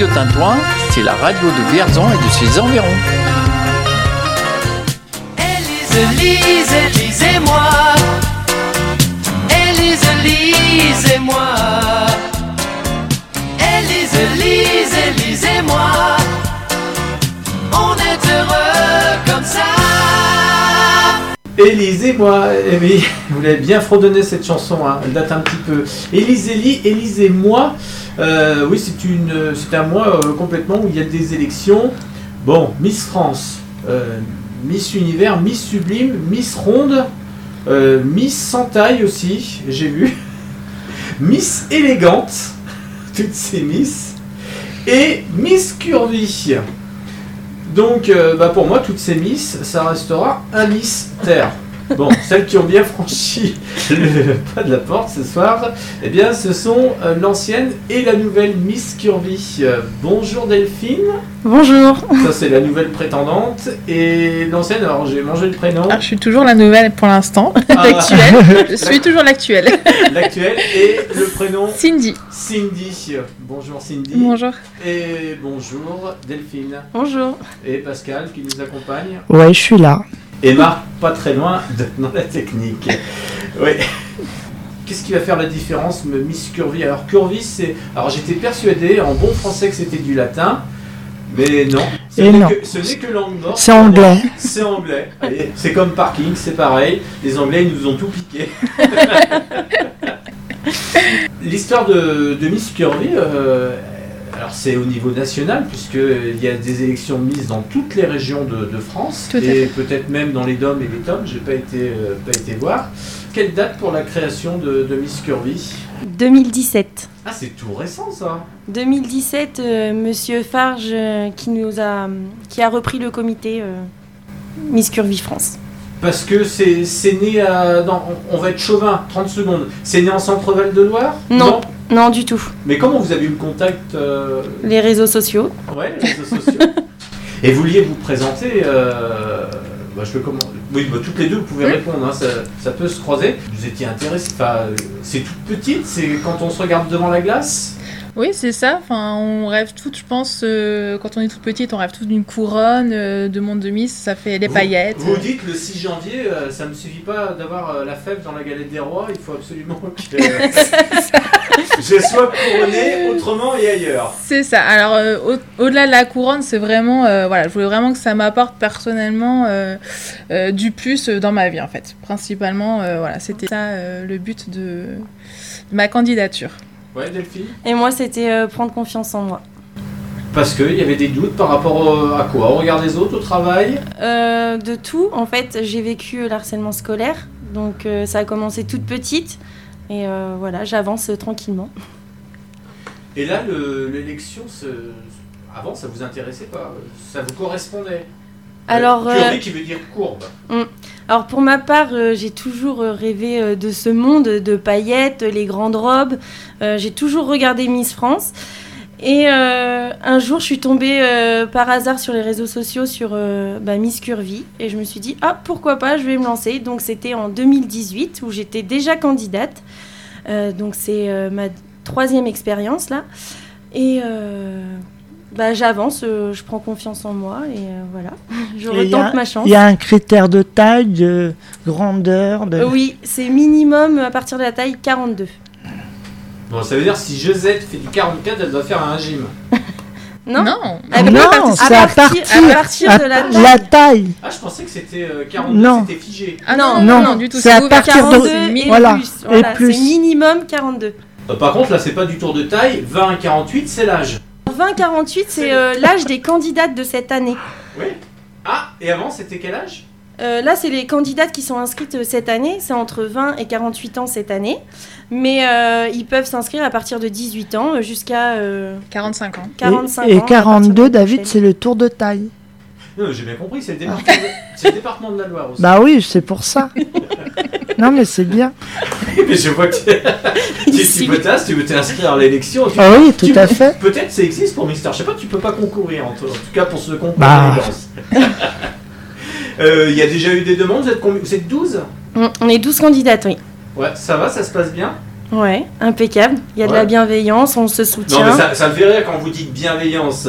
Radio Tintouin, c'est la radio de Vierzon et de ses environs. Élise et moi. Élise et moi. Élise et moi. On est heureux comme ça. Élise et moi, eh oui, vous l'avez bien fredonné cette chanson, hein. Elle date un petit peu. Élise et moi, oui, c'est un mois complètement où il y a des élections. Bon, Miss France, Miss Univers, Miss Sublime, Miss Ronde, Miss Sans Taille aussi, j'ai vu, Miss Élégante, toutes ces Miss, et Miss Curvy. Donc, pour moi, toutes ces Miss, ça restera un mystère. Bon, celles qui ont bien franchi le pas de la porte ce soir, eh bien, ce sont l'ancienne et la nouvelle Miss Curvy. Bonjour Delphine. Bonjour. Ça, c'est la nouvelle prétendante. Et l'ancienne, alors j'ai mangé le prénom. Alors, je suis toujours la nouvelle pour l'instant, l'actuelle. Je suis toujours l'actuelle. L'actuelle et le prénom Cindy. Cindy. Bonjour Cindy. Bonjour. Et bonjour Delphine. Bonjour. Et Pascal qui nous accompagne. Ouais, je suis là. Emma, pas très loin dans la technique. Oui. Qu'est-ce qui va faire la différence, Miss Curvy? Alors, Curvy, c'est. Alors, j'étais persuadé en bon français que c'était du latin, mais non. Ce n'est que langue morte. C'est anglais. C'est anglais. Allez, c'est comme parking, c'est pareil. Les Anglais, ils nous ont tout piqué. L'histoire de Miss Curvy. Alors c'est au niveau national, puisqu'il y a des élections Miss dans toutes les régions de France, et peut-être même dans les DOM et les TOM, je n'ai pas été voir. Quelle date pour la création de Miss Curvy? 2017. Ah, c'est tout récent ça. 2017, Monsieur Farge qui a repris le comité Miss Curvy France. Parce que c'est né on va être chauvin, 30 secondes. C'est né en Centre-Val de Loire? Non, du tout. Mais comment vous avez eu le contact Les réseaux sociaux. Ouais, les réseaux sociaux. Et vous vouliez vous présenter je peux comment... Oui, toutes les deux, vous pouvez répondre, hein, ça peut se croiser. Vous étiez intéressé, c'est toute petite, c'est quand on se regarde devant la glace? Oui, c'est ça. Enfin, on rêve toutes, je pense, quand on est toute petite, on rêve toutes d'une couronne, de monde de Miss, ça fait des paillettes. Vous dites le 6 janvier, ça ne me suffit pas d'avoir la fève dans la galette des rois, il faut absolument que je sois couronnée autrement et ailleurs. C'est ça. Alors, au-delà de la couronne, c'est vraiment, je voulais vraiment que ça m'apporte personnellement du plus dans ma vie, en fait. Principalement, c'était ça le but de ma candidature. Ouais, Delphine. Et moi, c'était prendre confiance en moi. Parce qu'il y avait des doutes par rapport à quoi? Au regard des autres, au travail? De tout. En fait, j'ai vécu l'harcèlement scolaire. Donc, ça a commencé toute petite. Et j'avance tranquillement. Et là, l'élection, avant, ça vous intéressait pas? Ça vous correspondait? Alors, Curvy qui veut dire courbe. Alors pour ma part, j'ai toujours rêvé de ce monde de paillettes, les grandes robes. J'ai toujours regardé Miss France. Et un jour, je suis tombée par hasard sur les réseaux sociaux sur Miss Curvy. Et je me suis dit, pourquoi pas, je vais me lancer. Donc c'était en 2018 où j'étais déjà candidate. Donc c'est ma 3e expérience là. Et j'avance, je prends confiance en moi et voilà, je retente ma chance. Il y a un critère de taille, de grandeur Oui, c'est minimum à partir de la taille 42. Bon, ça veut dire si Josette fait du 44, elle doit faire un gym. Non, c'est à partir de la taille. Ah, je pensais que c'était 42, c'était figé. Ah non, du tout, c'est à partir de 42 et plus. C'est minimum 42. Par contre, là, c'est pas du tour de taille, 20-48, c'est l'âge. 20-48, c'est l'âge des candidates de cette année. Oui. Ah, et avant, c'était quel âge? Là, c'est les candidates qui sont inscrites cette année. C'est entre 20 et 48 ans cette année. Mais ils peuvent s'inscrire à partir de 18 ans jusqu'à 45 ans. 45 et ans, 42, David, c'est le tour de taille. Non, j'ai bien compris, c'est le département de la Loire aussi. Bah oui, c'est pour ça. Non, mais c'est bien. Mais je vois que tu es potasse, tu veux t'inscrire à l'élection. Oui, tout à fait. Peut-être ça existe pour Mister. Je sais pas, tu peux pas concourir, en tout cas pour ce concours d'élégance. Il y a déjà eu des demandes, vous êtes 12? On est 12 candidates, oui. Ouais, ça va, ça se passe bien? Ouais, impeccable. Il y a de Ouais. la bienveillance, on se soutient. Non, mais ça me fait rire quand vous dites bienveillance.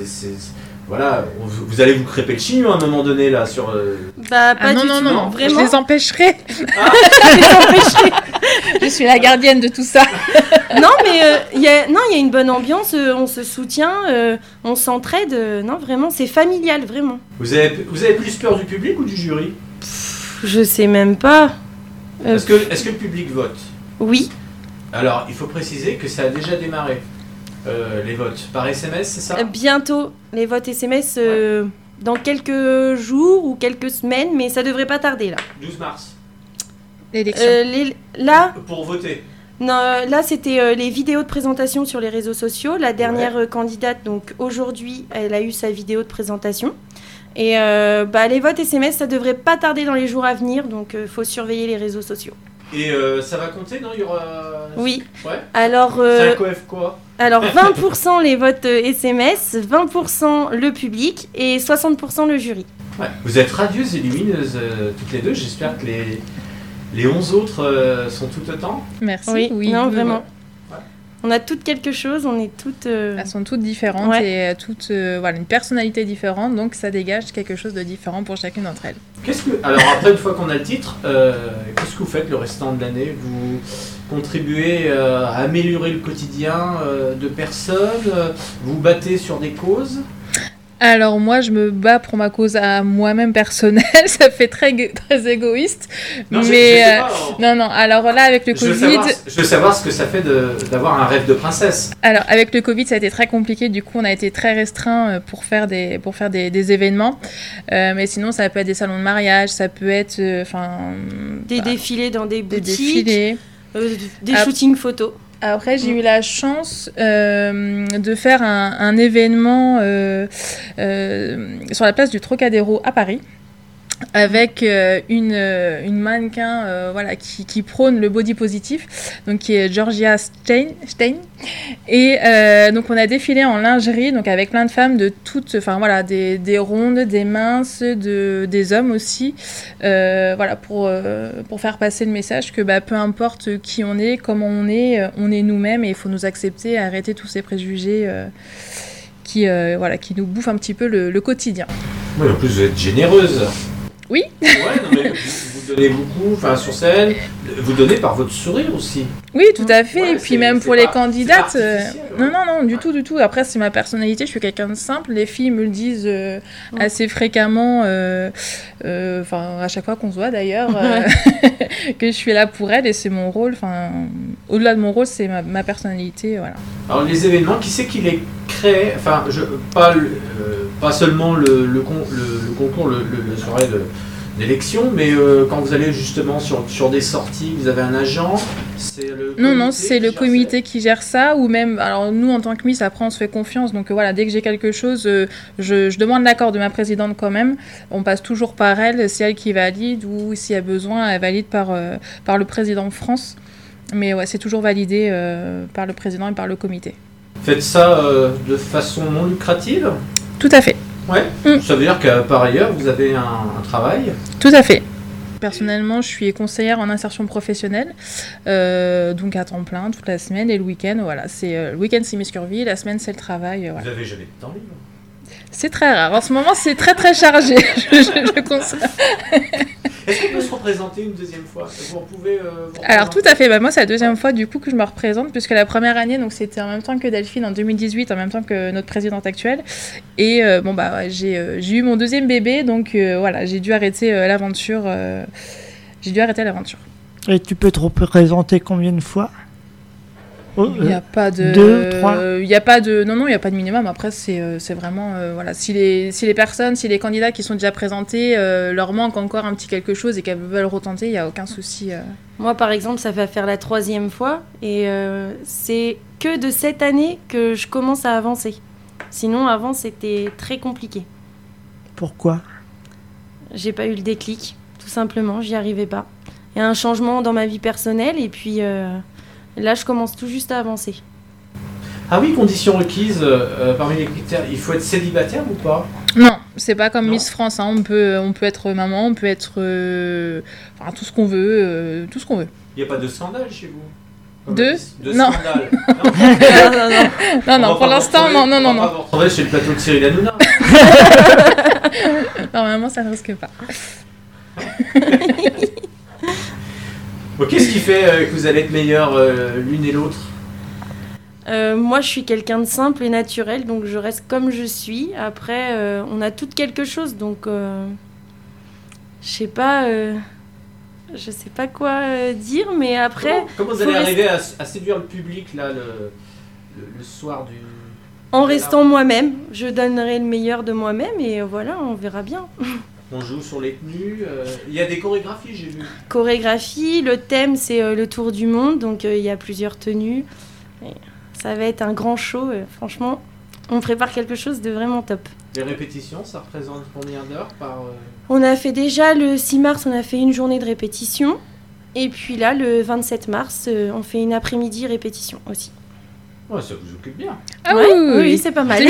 Voilà, vous allez vous crêper le chignon à un moment donné là sur. Bah, pas non, du non, tout. non, Vraiment. je les empêcherai. Je les empêcherai. Je suis la gardienne de tout ça. Non, mais il y a une bonne ambiance, on se soutient, on s'entraide. Non, vraiment, c'est familial, vraiment. Vous avez plus peur du public ou du jury? Je sais même pas. Est-ce que le public vote? Oui. Alors, il faut préciser que ça a déjà démarré, les votes. Par SMS, c'est ça? Bientôt, les votes SMS dans quelques jours ou quelques semaines, mais ça devrait pas tarder là. 12 mars. L'élection. Là, Pour voter. non, là c'était les vidéos de présentation sur les réseaux sociaux. La dernière candidate, donc aujourd'hui, elle a eu sa vidéo de présentation. Et les votes SMS, ça devrait pas tarder dans les jours à venir, donc faut surveiller les réseaux sociaux. Et ça va compter, non? Il y aura. Oui. Ouais. Alors. C'est un coef quoi? Alors 20% les votes SMS, 20% le public et 60% le jury. Ouais. Vous êtes radieuses et lumineuses toutes les deux. J'espère que les 11 autres sont tout autant. Merci. Oui, non, vraiment. On a toutes quelque chose, on est toutes... Elles sont toutes différentes et toutes une personnalité différente, donc ça dégage quelque chose de différent pour chacune d'entre elles. Alors après, une fois qu'on a le titre, qu'est-ce que vous faites le restant de l'année? Vous contribuez à améliorer le quotidien de personnes? Vous battez sur des causes? Alors moi, je me bats pour ma cause à moi-même personnelle, ça fait très égoïste. Non, mais je sais pas, non, alors là, avec le Covid... Je veux savoir ce que ça fait d'avoir un rêve de princesse. Alors, avec le Covid, ça a été très compliqué, du coup, on a été très restreint pour faire des événements. Mais sinon, ça peut être des salons de mariage, ça peut être... des défilés dans des boutiques, défilés. Des shootings photos. Après, j'ai eu la chance de faire un événement sur la place du Trocadéro à Paris avec une mannequin qui prône le body positif, donc qui est Georgia Stein. Et donc on a défilé en lingerie, donc avec plein de femmes de toutes, des rondes, des minces, des hommes aussi, pour faire passer le message que peu importe qui on est, comment on est nous-mêmes et il faut nous accepter, arrêter tous ces préjugés qui nous bouffent un petit peu le quotidien. Oui, en plus vous êtes généreuse. Oui. Ouais, non, mais vous donnez beaucoup, sur scène, vous donnez par votre sourire aussi. Oui, tout à fait. Ouais, et puis même pour les candidates, non, du tout. Après, c'est ma personnalité. Je suis quelqu'un de simple. Les filles me le disent assez fréquemment, à chaque fois qu'on se voit d'ailleurs, que je suis là pour elles et c'est mon rôle. Au-delà de mon rôle, c'est ma personnalité, voilà. Alors les événements, qui c'est qui les crée? Pas seulement le concours, le soirée d'élection, mais quand vous allez justement sur des sorties, vous avez un agent? Non, c'est le comité qui gère ça, ou même, alors nous en tant que Miss, après on se fait confiance, donc dès que j'ai quelque chose, je demande l'accord de ma présidente quand même, on passe toujours par elle, c'est elle qui valide, ou s'il y a besoin, elle valide par le président de France, mais c'est toujours validé par le président et par le comité. Faites ça de façon non lucrative? Tout à fait. Ouais. Ça veut dire que par ailleurs, vous avez un travail? Tout à fait. Personnellement, je suis conseillère en insertion professionnelle, donc à temps plein, toute la semaine, et le week-end, le week-end c'est Miss Curvy, la semaine c'est le travail. Vous avez jamais de temps libre? C'est très rare. En ce moment, c'est très très chargé. je constate. Est-ce qu'on peut se représenter une deuxième fois? Vous pouvez, Alors tout à fait. Moi, c'est la deuxième fois du coup que je me représente, puisque la première année, donc c'était en même temps que Delphine en 2018, en même temps que notre présidente actuelle. Et j'ai eu mon deuxième bébé, donc j'ai dû arrêter l'aventure. Et tu peux te représenter combien de fois? Il n'y a pas de 2, 3. Il n'y a pas de non, il n'y a pas de minimum. Après, c'est vraiment si les candidats qui sont déjà présentés leur manque encore un petit quelque chose et qu'elles veulent retenter, il n'y a aucun souci. Moi, par exemple, ça va faire la 3e fois et c'est que de cette année que je commence à avancer. Sinon, avant, c'était très compliqué. Pourquoi? J'ai pas eu le déclic, tout simplement. J'y arrivais pas. Il y a un changement dans ma vie personnelle et puis. Là, je commence tout juste à avancer. Ah oui, conditions requises, parmi les critères, il faut être célibataire ou pas? Non, c'est pas comme Miss France, on peut être maman, on peut être tout ce qu'on veut, Il n'y a pas de scandale chez vous? Deux De Non. scandale. Non, pour l'instant, non. On va vous retrouver chez le plateau de Cyril Hanouna. Normalement, ça ne risque pas. Bon, qu'est-ce qui fait que vous allez être meilleurs l'une et l'autre? Moi, je suis quelqu'un de simple et naturel, donc je reste comme je suis. Après, on a toutes quelque chose, donc je sais pas quoi dire, mais après. Comment vous allez arriver à séduire le public là le soir du. En restant moi-même, je donnerai le meilleur de moi-même et voilà, on verra bien. On joue sur les tenues. Il y a des chorégraphies, j'ai vu. Chorégraphie, le thème c'est le tour du monde, donc il y a plusieurs tenues. Et ça va être un grand show, franchement, on prépare quelque chose de vraiment top. Les répétitions, ça représente combien d'heures par... On a fait déjà le 6 mars, on a fait une journée de répétition. Et puis là, le 27 mars, on fait une après-midi répétition aussi. Ouais, ça vous occupe bien. Ah ouais, oui, oui, c'est pas mal.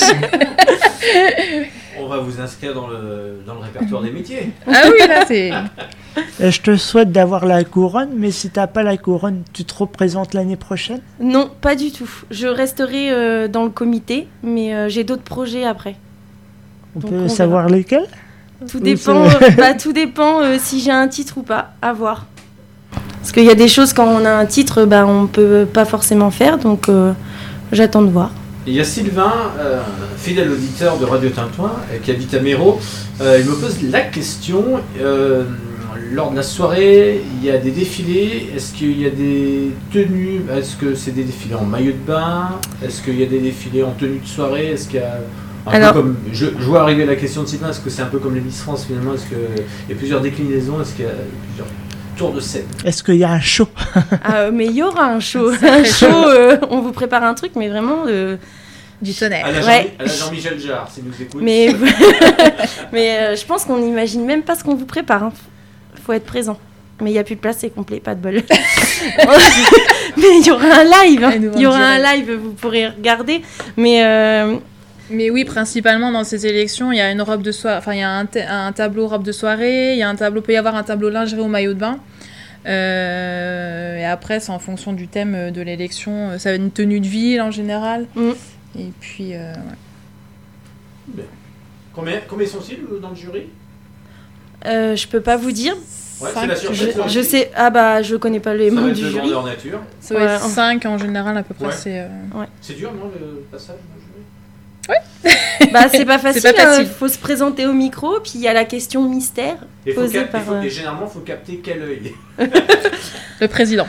On va vous inscrire dans le répertoire des métiers. Ah oui, là, c'est... Je te souhaite d'avoir la couronne, mais si t'as pas la couronne, tu te représentes l'année prochaine? Non, pas du tout. Je resterai dans le comité, mais j'ai d'autres projets après. On peut savoir lesquels? Tout dépend, tout dépend si j'ai un titre ou pas, à voir. Parce qu'il y a des choses, quand on a un titre, on peut pas forcément faire, donc j'attends de voir. Il y a Sylvain, fidèle auditeur de Radio Tintouin, qui habite à Méro. Il me pose la question, lors de la soirée, il y a des défilés, est-ce qu'il y a des tenues, est-ce que c'est des défilés en maillot de bain, est-ce qu'il y a des défilés en tenue de soirée, est-ce qu'il y a... peu comme, je vois arriver la question de Sylvain, est-ce que c'est un peu comme les Miss France finalement, est-ce qu'il y a plusieurs déclinaisons, est-ce qu'il y a plusieurs tours de scène? Est-ce qu'il y a un show? Mais il y aura un show. On vous prépare un truc, mais vraiment... Du tonnerre. À la Jean-Michel Jarre, si nous écoute. Mais je pense qu'on n'imagine même pas ce qu'on vous prépare. Hein. Faut être présent. Mais il n'y a plus de place, c'est complet, pas de bol. Mais il y aura un live. Hein. Il y aura un live, vous pourrez regarder. Mais oui, principalement dans ces élections, il y a une robe de soirée, enfin il y a un tableau robe de soirée, peut y avoir un tableau lingerie au maillot de bain. Et après, c'est en fonction du thème de l'élection. Ça va être une tenue de ville en général. Et puis, ouais. Combien sont-ils dans le jury? Je peux pas vous dire. Ouais, c'est la surprise, je sais. Je connais pas les membres du jury. Nature. Ça va être 5 en général à peu près. Ouais. Ouais. C'est dur, non, le passage dans le jury? C'est pas facile. Il faut se présenter au micro, puis il y a la question mystère posée par. Et généralement, il faut capter quel œil? Le président.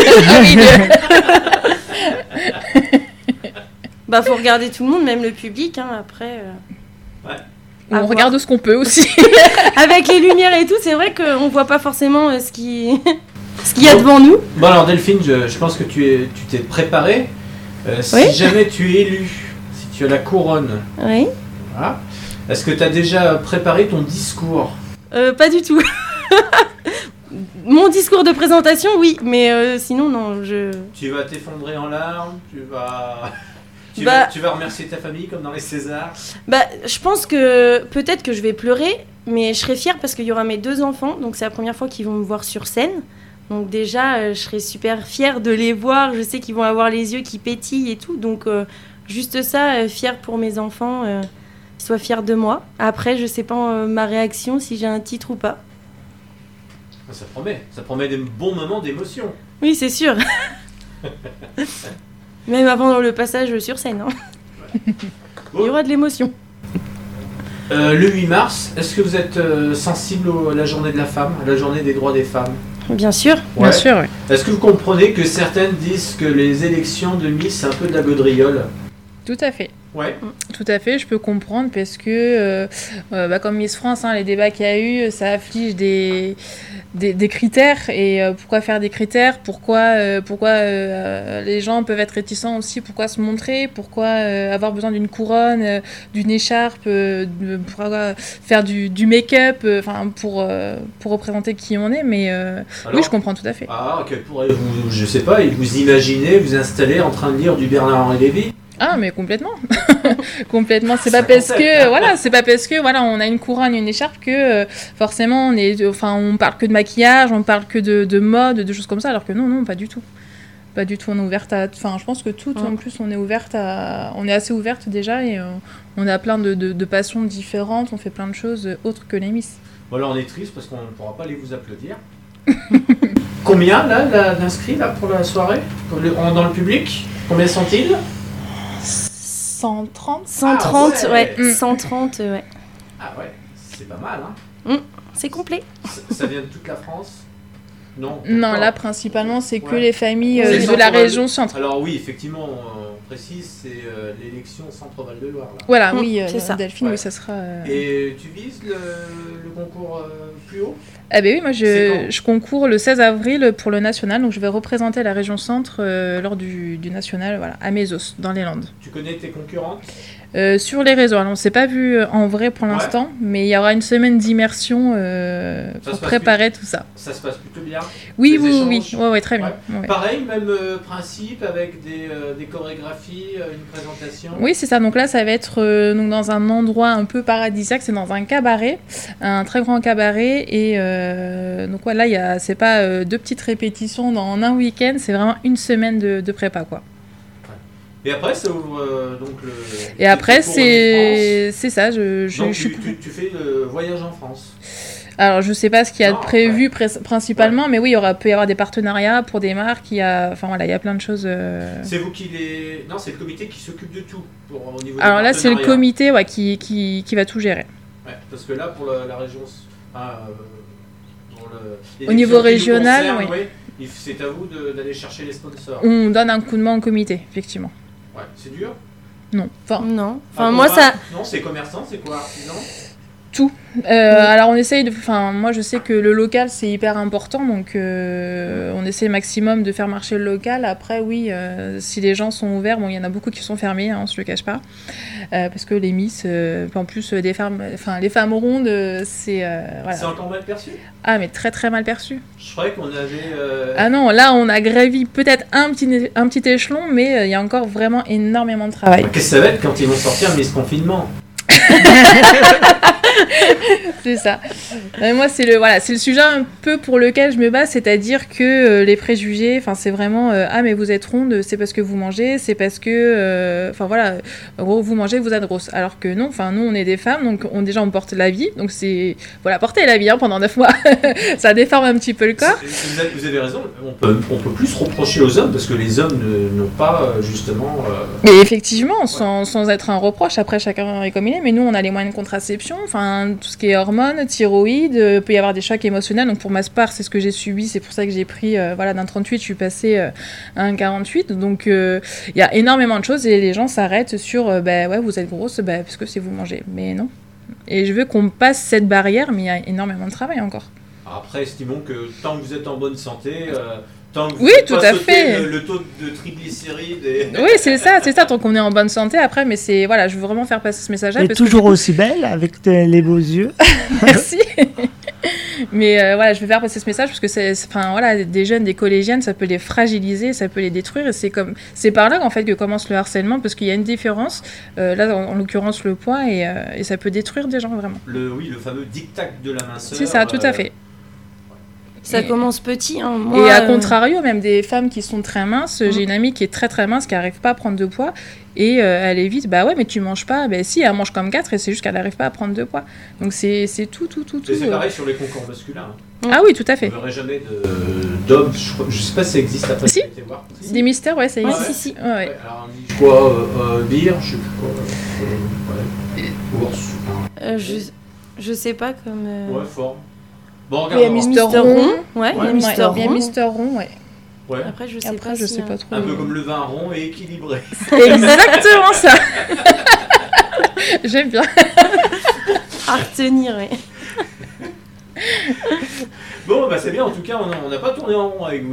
Faut regarder tout le monde, même le public. Hein, après. Ouais. On regarde ce qu'on peut aussi. Avec les lumières et tout, c'est vrai qu'on voit pas forcément ce qu'il y a devant nous. Bon alors Delphine, je pense que tu t'es préparée. Si jamais tu es élue, si tu as la couronne, voilà, est-ce que tu as déjà préparé ton discours? Pas du tout. Mon discours de présentation, oui, mais sinon, non. Tu vas t'effondrer en larmes, tu vas remercier ta famille comme dans les Césars? Je pense que peut-être que je vais pleurer, mais je serai fière parce qu'il y aura mes 2 enfants, donc c'est la première fois qu'ils vont me voir sur scène. Donc déjà, je serai super fière de les voir. Je sais qu'ils vont avoir les yeux qui pétillent et tout, donc juste ça, fière pour mes enfants, qu'ils soient fiers de moi. Après, je sais pas ma réaction, si j'ai un titre ou pas. Ça promet des bons moments d'émotion. Oui, c'est sûr. Même avant le passage sur scène. Hein. Il y aura de l'émotion. Le 8 mars, est-ce que vous êtes sensible à la journée de la femme, à la journée des droits des femmes? Bien sûr. Ouais. Bien sûr, oui. Est-ce que vous comprenez que certaines disent que les élections de Miss, c'est un peu de la gaudriole? Tout à fait. Ouais. Tout à fait, je peux comprendre parce que, comme Miss France, les débats qu'il y a eu, ça afflige des critères. Et pourquoi faire des critères? Pourquoi les gens peuvent être réticents aussi? Pourquoi se montrer? Pourquoi avoir besoin d'une couronne, d'une écharpe, pourquoi faire du make-up, pour représenter qui on est? Mais oui, je comprends tout à fait. Je sais pas, vous imaginez vous installer en train de lire du Bernard-Henri Lévy? Ah, mais complètement. Complètement. C'est pas parce que on a une couronne, une écharpe que forcément on parle que de maquillage, on parle que de mode, de choses comme ça, alors que non, pas du tout. Pas du tout, on est ouverte à... Enfin, je pense que en plus, on est assez ouverte déjà et on a plein de passions différentes, on fait plein de choses autres que les Miss. Voilà, on est triste parce qu'on ne pourra pas aller vous applaudir. Combien, là, d'inscrits là, pour la soirée dans le public? Combien sont-ils? 130. 130, Ah ouais. 130, ouais. Ah ouais, c'est pas mal, hein. C'est complet. Ça vient de toute la France? Non, là principalement c'est que les familles C'est de la région centre. Alors oui, effectivement, on précise, c'est l'élection Centre-Val de Loire. Là. Voilà, oui, c'est ça. Delphine, oui, ça sera... Et tu vises le concours plus haut? Ah ben oui, moi je concours le 16 avril pour le national, donc je vais représenter la région centre lors du national, voilà, à Mésos, dans les Landes. Tu connais tes concurrentes? Sur les réseaux, alors on ne s'est pas vu en vrai pour l'instant, mais il y aura une semaine d'immersion pour préparer tout ça. Ça se passe plutôt bien? Oui, ouais, très bien. Ouais. Pareil, même principe avec des chorégraphies, une présentation? Oui, c'est ça, donc là ça va être donc dans un endroit un peu paradisiaque, c'est dans un cabaret, un très grand cabaret, et donc voilà, c'est pas 2 petites répétitions dans un week-end, c'est vraiment une semaine de prépa, quoi. Et après, ça ouvre donc le... Et après, c'est ça. Donc tu fais le voyage en France. Alors, je sais pas ce qu'il y a de prévu principalement, mais oui, peut y avoir des partenariats pour des marques. Enfin voilà, il y a plein de choses. C'est vous qui les... Non, c'est le comité qui s'occupe de tout au niveau. Alors là, c'est le comité qui va tout gérer. Ouais, parce que là, pour la région, au niveau régional, oui. C'est à vous d'aller chercher les sponsors. On donne un coup de main au comité, effectivement. Ouais, c'est dur? Non. Non. Enfin, moi, ça... Non, c'est commerçant, c'est quoi, artisan? Tout. Alors on essaye de... Enfin, moi je sais que le local c'est hyper important, donc on essaie maximum de faire marcher le local. Après oui, si les gens sont ouverts, bon il y en a beaucoup qui sont fermés, on se le cache pas, parce que les Miss, en plus des femmes, enfin les femmes rondes, c'est voilà. C'est encore mal perçu? Ah mais très très mal perçu. Je croyais qu'on avait... Ah non, là on a gravi peut-être un petit échelon, mais il y a encore vraiment énormément de travail. Qu'est-ce que ça va être quand ils vont sortir Miss Confinement? C'est ça. Moi, c'est le sujet un peu pour lequel je me base, c'est-à-dire que les préjugés, enfin, c'est vraiment ah mais vous êtes ronde, c'est parce que vous mangez, c'est parce que, enfin voilà, en gros vous mangez, vous êtes grosse. Alors que non, enfin nous on est des femmes, donc déjà on porte la vie, donc c'est voilà porter la vie pendant 9 mois, ça déforme un petit peu le corps. Vous avez raison. On peut plus reprocher aux hommes parce que les hommes n'ont pas justement. Mais effectivement, sans être un reproche, après chacun est comme il est, mais nous on a les moyens de contraception, enfin tout ce qui est hormones, thyroïde, peut y avoir des chocs émotionnels. Donc pour ma part, c'est ce que j'ai subi, c'est pour ça que j'ai pris d'un 38, je suis passée à un 48. Donc il y a énormément de choses et les gens s'arrêtent sur ouais, vous êtes grosse parce que c'est vous mangez. Mais non. Et je veux qu'on passe cette barrière, mais il y a énormément de travail encore. Après, estimons que tant que vous êtes en bonne santé, tant que vous oui, tout à fait. Le taux de triglycérides. Et... Oui, c'est ça, tant qu'on est en bonne santé. Après, mais c'est voilà, je veux vraiment faire passer ce message-là. Et toujours aussi belle avec les beaux yeux. Merci. Mais voilà, je veux faire passer ce message parce que enfin voilà, des jeunes, des collégiennes, ça peut les fragiliser, ça peut les détruire. Et c'est par là en fait que commence le harcèlement, parce qu'il y a une différence. Là, en l'occurrence, le poids et ça peut détruire des gens vraiment. Le fameux diktat de la minceur. C'est ça, tout à fait. Ça commence petit. Hein. Moi, et à contrario, même des femmes qui sont très minces, j'ai une amie qui est très très mince, qui n'arrive pas à prendre de poids, et elle évite, bah ouais, mais tu manges pas. Ben si, elle mange comme 4, et c'est juste qu'elle n'arrive pas à prendre de poids. Donc c'est tout. Et c'est pareil sur les concours masculins. Ah oui, tout à fait. On ne verrait jamais d'hommes, je sais pas si ça existe après. Si, des mystères, ouais, ça existe. Ouais. Si. Ouais. Alors on dit quoi, bière, je sais plus quoi. Ours. Je sais pas comme. Ouais, forme. Bon, il y a Mister Rond. Ouais, il y a Mister Rond. Il y a Mister Rond, ouais. Ouais. Après, je sais pas trop. Un peu comme le vin rond et équilibré. Exactement ça. J'aime bien. À retenir, oui. Bon, bah c'est bien, en tout cas, on n'a pas tourné en rond avec vous.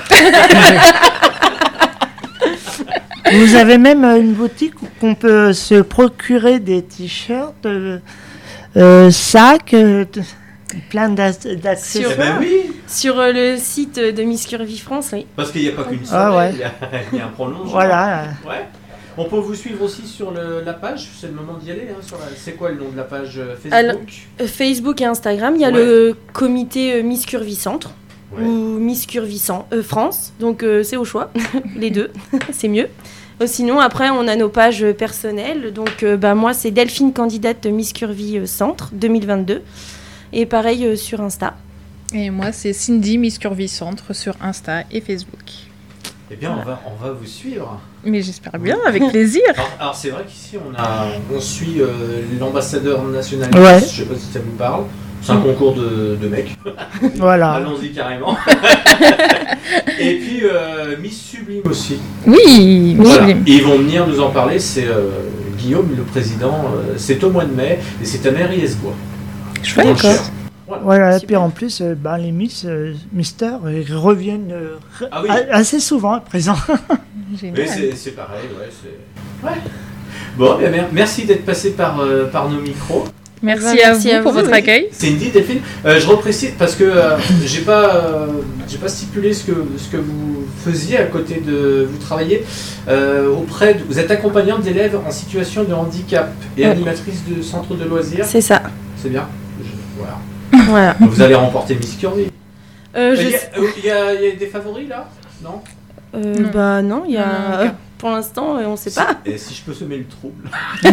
Vous avez même une boutique où on peut se procurer des t-shirts, sacs, plein d'accessoires. Ben oui. Sur le site de Miss Curvy France, oui. Parce qu'il n'y a pas qu'une soirée, ouais. il y a un prolongement. Voilà. Ouais. On peut vous suivre aussi sur la page, c'est le moment d'y aller. Hein, c'est quoi le nom de la page Facebook? Facebook et Instagram, il y a le comité Miss Curvy Centre. ou Miss Curvissant France. Donc c'est au choix, les deux, c'est mieux. Sinon, après, on a nos pages personnelles. Donc, moi, c'est Delphine, candidate Miss Curvy Centre 2022. Et pareil sur Insta. Et moi, c'est Cindy, Miss Curvy Centre sur Insta et Facebook. Eh bien, Voilà. on va vous suivre. Mais j'espère bien, avec plaisir. Alors, c'est vrai qu'ici, on suit l'ambassadeur national. Ouais. Je sais pas si ça vous parle. C'est un concours de mecs. Voilà. Allons-y carrément. Et puis Miss Sublime aussi. Oui, Miss Sublime. Et ils vont venir nous en parler. C'est Guillaume, le président. C'est au mois de mai et c'est à Mairie-Esbois. Chouette. D'accord. Voilà, et puis en plus, les Miss Mister ils reviennent assez souvent à présent. Oui, c'est pareil. Ouais. Bon, bien, merci d'être passé par nos micros. Merci à vous pour votre accueil. Cindy, Delphine, je reprécise parce que j'ai pas stipulé ce que vous faisiez à côté de vous travaillez vous êtes accompagnante d'élèves en situation de handicap et animatrice de centre de loisirs. C'est ça. C'est bien. Voilà. Voilà. Vous allez remporter Miss Curvy. Il y a des favoris là? Non. Non, il y a. Pour l'instant, on ne sait pas. Et si je peux semer le trouble.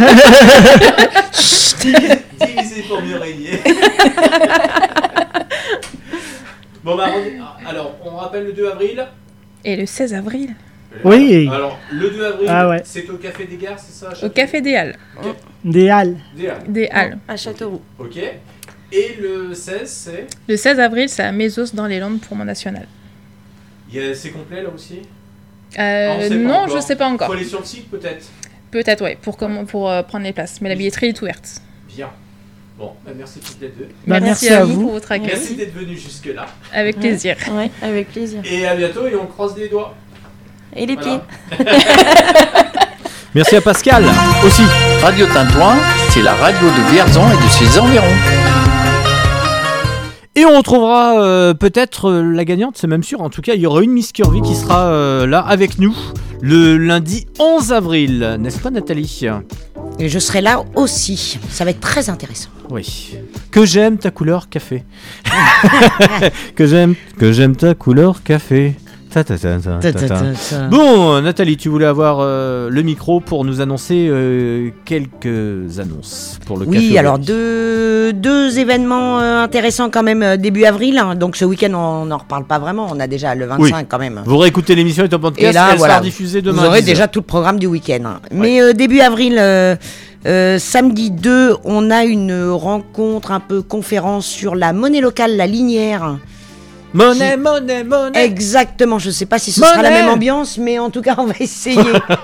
Diviser pour mieux régner. Bon, alors, on rappelle le 2 avril. Et le 16 avril. Oui. Alors, le 2 avril, ouais. c'est au Café des Gares, c'est ça? Au Café des Halles. Okay. Des Halles. Des Halles. À Châteauroux. Ok. Et le 16, c'est? Le 16 avril, c'est à Mésos dans les Landes pour mon national. C'est complet là aussi? Non, je sais pas encore. Faut aller sur le site peut-être? Peut-être, ouais, pour prendre les places. Mais la billetterie est ouverte. Bien. Bon, merci toutes les deux. Merci à vous pour votre accueil. Merci d'être venus jusque-là. Avec plaisir. Ouais, avec plaisir. Et à bientôt et on croise les doigts. Et les pieds. Merci à Pascal aussi. Radio Tintouin, c'est la radio de Vierzon et de ses environs. Et on retrouvera peut-être la gagnante, c'est même sûr. En tout cas, il y aura une Miss Curvy qui sera là avec nous le lundi 11 avril. N'est-ce pas, Nathalie? Et je serai là aussi. Ça va être très intéressant. Oui. Que j'aime ta couleur café. que j'aime ta couleur café. Bon, Nathalie, tu voulais avoir le micro pour nous annoncer quelques annonces pour le café. Oui, alors deux événements intéressants quand même début avril. Hein. Donc ce week-end, on n'en reparle pas vraiment. On a déjà le 25 quand même. Vous réécoutez l'émission et en podcast, et là, elle sera diffusée demain. Vous aurez déjà tout le programme du week-end. Hein. Mais début avril, samedi 2, on a une rencontre, un peu conférence sur la monnaie locale, la linière. Monnaie. Exactement, je ne sais pas si ce sera la même ambiance, mais en tout cas, on va essayer.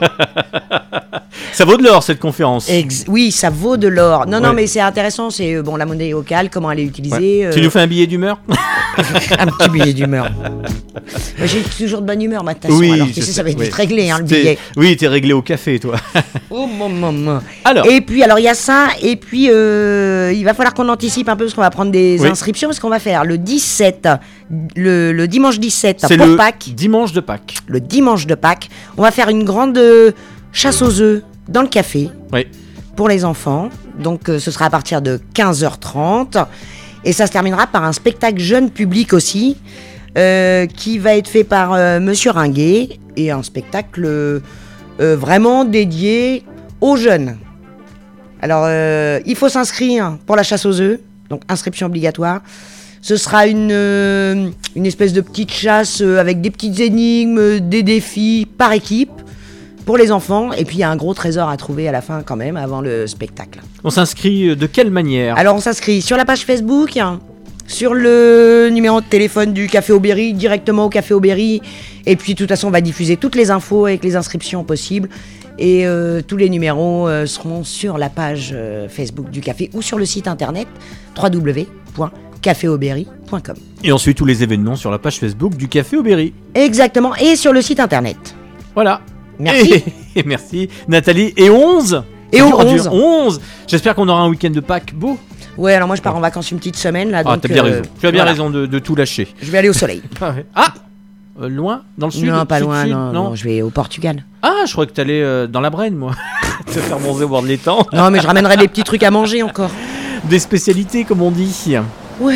Ça vaut de l'or, cette conférence. Oui, ça vaut de l'or. Non, mais c'est intéressant, c'est la monnaie locale, comment elle est utilisée. Tu nous fais un billet d'humeur? Un petit billet d'humeur. J'ai toujours de bonne humeur, ma tasse. Oui, alors, tu sais, ça va être vite réglé, le billet. Oui, t'es réglé au café, toi. Oh, maman. Et puis, il y a ça, et puis, il va falloir qu'on anticipe un peu, parce qu'on va prendre des inscriptions, parce qu'on va faire le 17, le dimanche 17 pour Pâques. Dimanche de Pâques. Le dimanche de Pâques. On va faire une grande chasse aux œufs dans le café pour les enfants. Donc, ce sera à partir de 15h30. Et ça se terminera par un spectacle jeune public aussi, qui va être fait par Monsieur Ringuet, et un spectacle vraiment dédié aux jeunes. Alors, il faut s'inscrire pour la chasse aux œufs, donc inscription obligatoire. Ce sera une espèce de petite chasse avec des petites énigmes, des défis par équipe pour les enfants. Et puis il y a un gros trésor à trouver à la fin quand même, avant le spectacle. On s'inscrit de quelle manière? Alors on s'inscrit sur la page Facebook, sur le numéro de téléphone du Café Aubéry, directement au Café Aubéry. Et puis de toute façon on va diffuser toutes les infos avec les inscriptions possibles. Et tous les numéros seront sur la page Facebook du Café ou sur le site internet www.caféaubéry.com. Et on suit tous les événements sur la page Facebook du Café Aubéry. Exactement, et sur le site internet. Voilà. Merci. Et merci Nathalie. Et 11 Et au 11. 11. J'espère qu'on aura un week-end de Pâques beau. Ouais, alors moi je pars en vacances une petite semaine là. T'as bien raison. Tu as bien raison de tout lâcher. Je vais aller au soleil. Loin? Dans le sud? Non, pas loin, sud, non, je vais au Portugal. Ah, je crois que t'allais dans la Brenne, moi. Te faire bronzer au bord de l'étang. Non, mais je ramènerai des petits trucs à manger encore. Des spécialités, comme on dit. Ouais.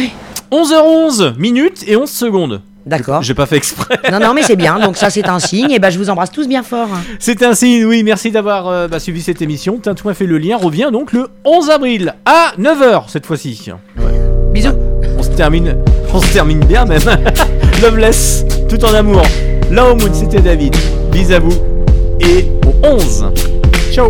11h11 minutes et 11 secondes. D'accord. J'ai pas fait exprès. Non, mais c'est bien. Donc ça, c'est un signe. Et je vous embrasse tous bien fort. C'est un signe, oui. Merci d'avoir suivi cette émission. Tintouin fait le lien. Revient donc le 11 avril à 9h cette fois-ci. Ouais. Bisous. On se termine bien même. Loveless, tout en amour. Là au moon, c'était David. Bis à vous. Et au 11. Ciao.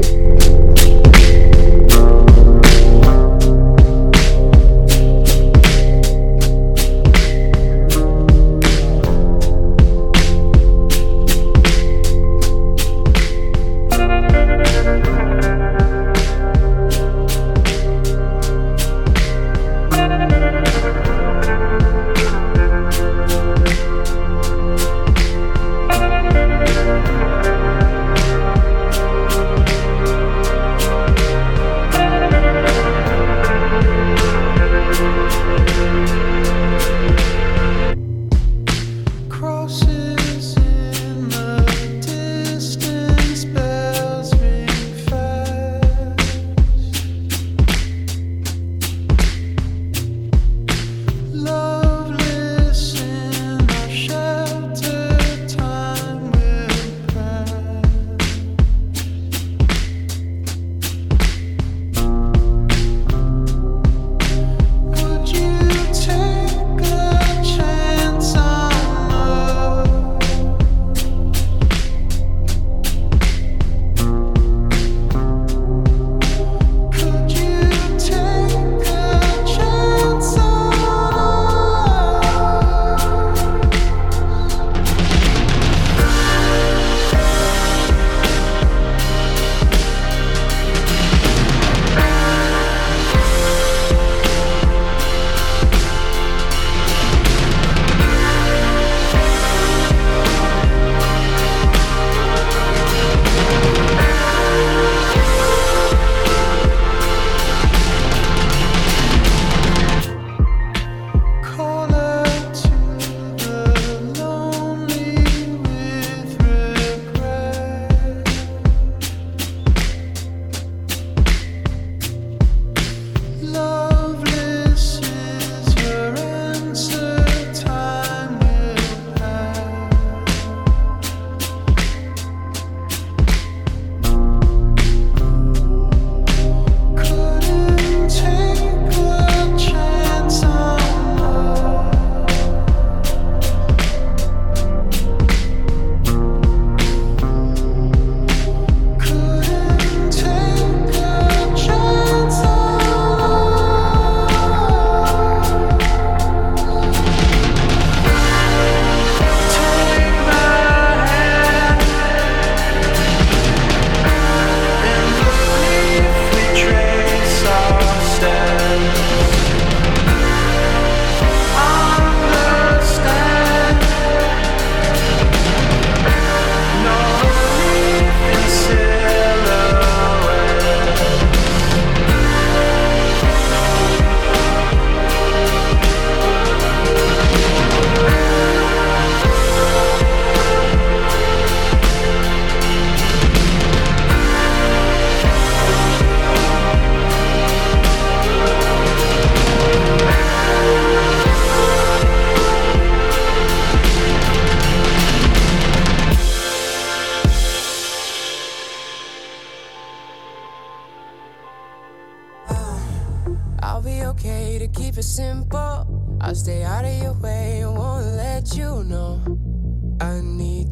I'll stay out of your way, I won't let you know I need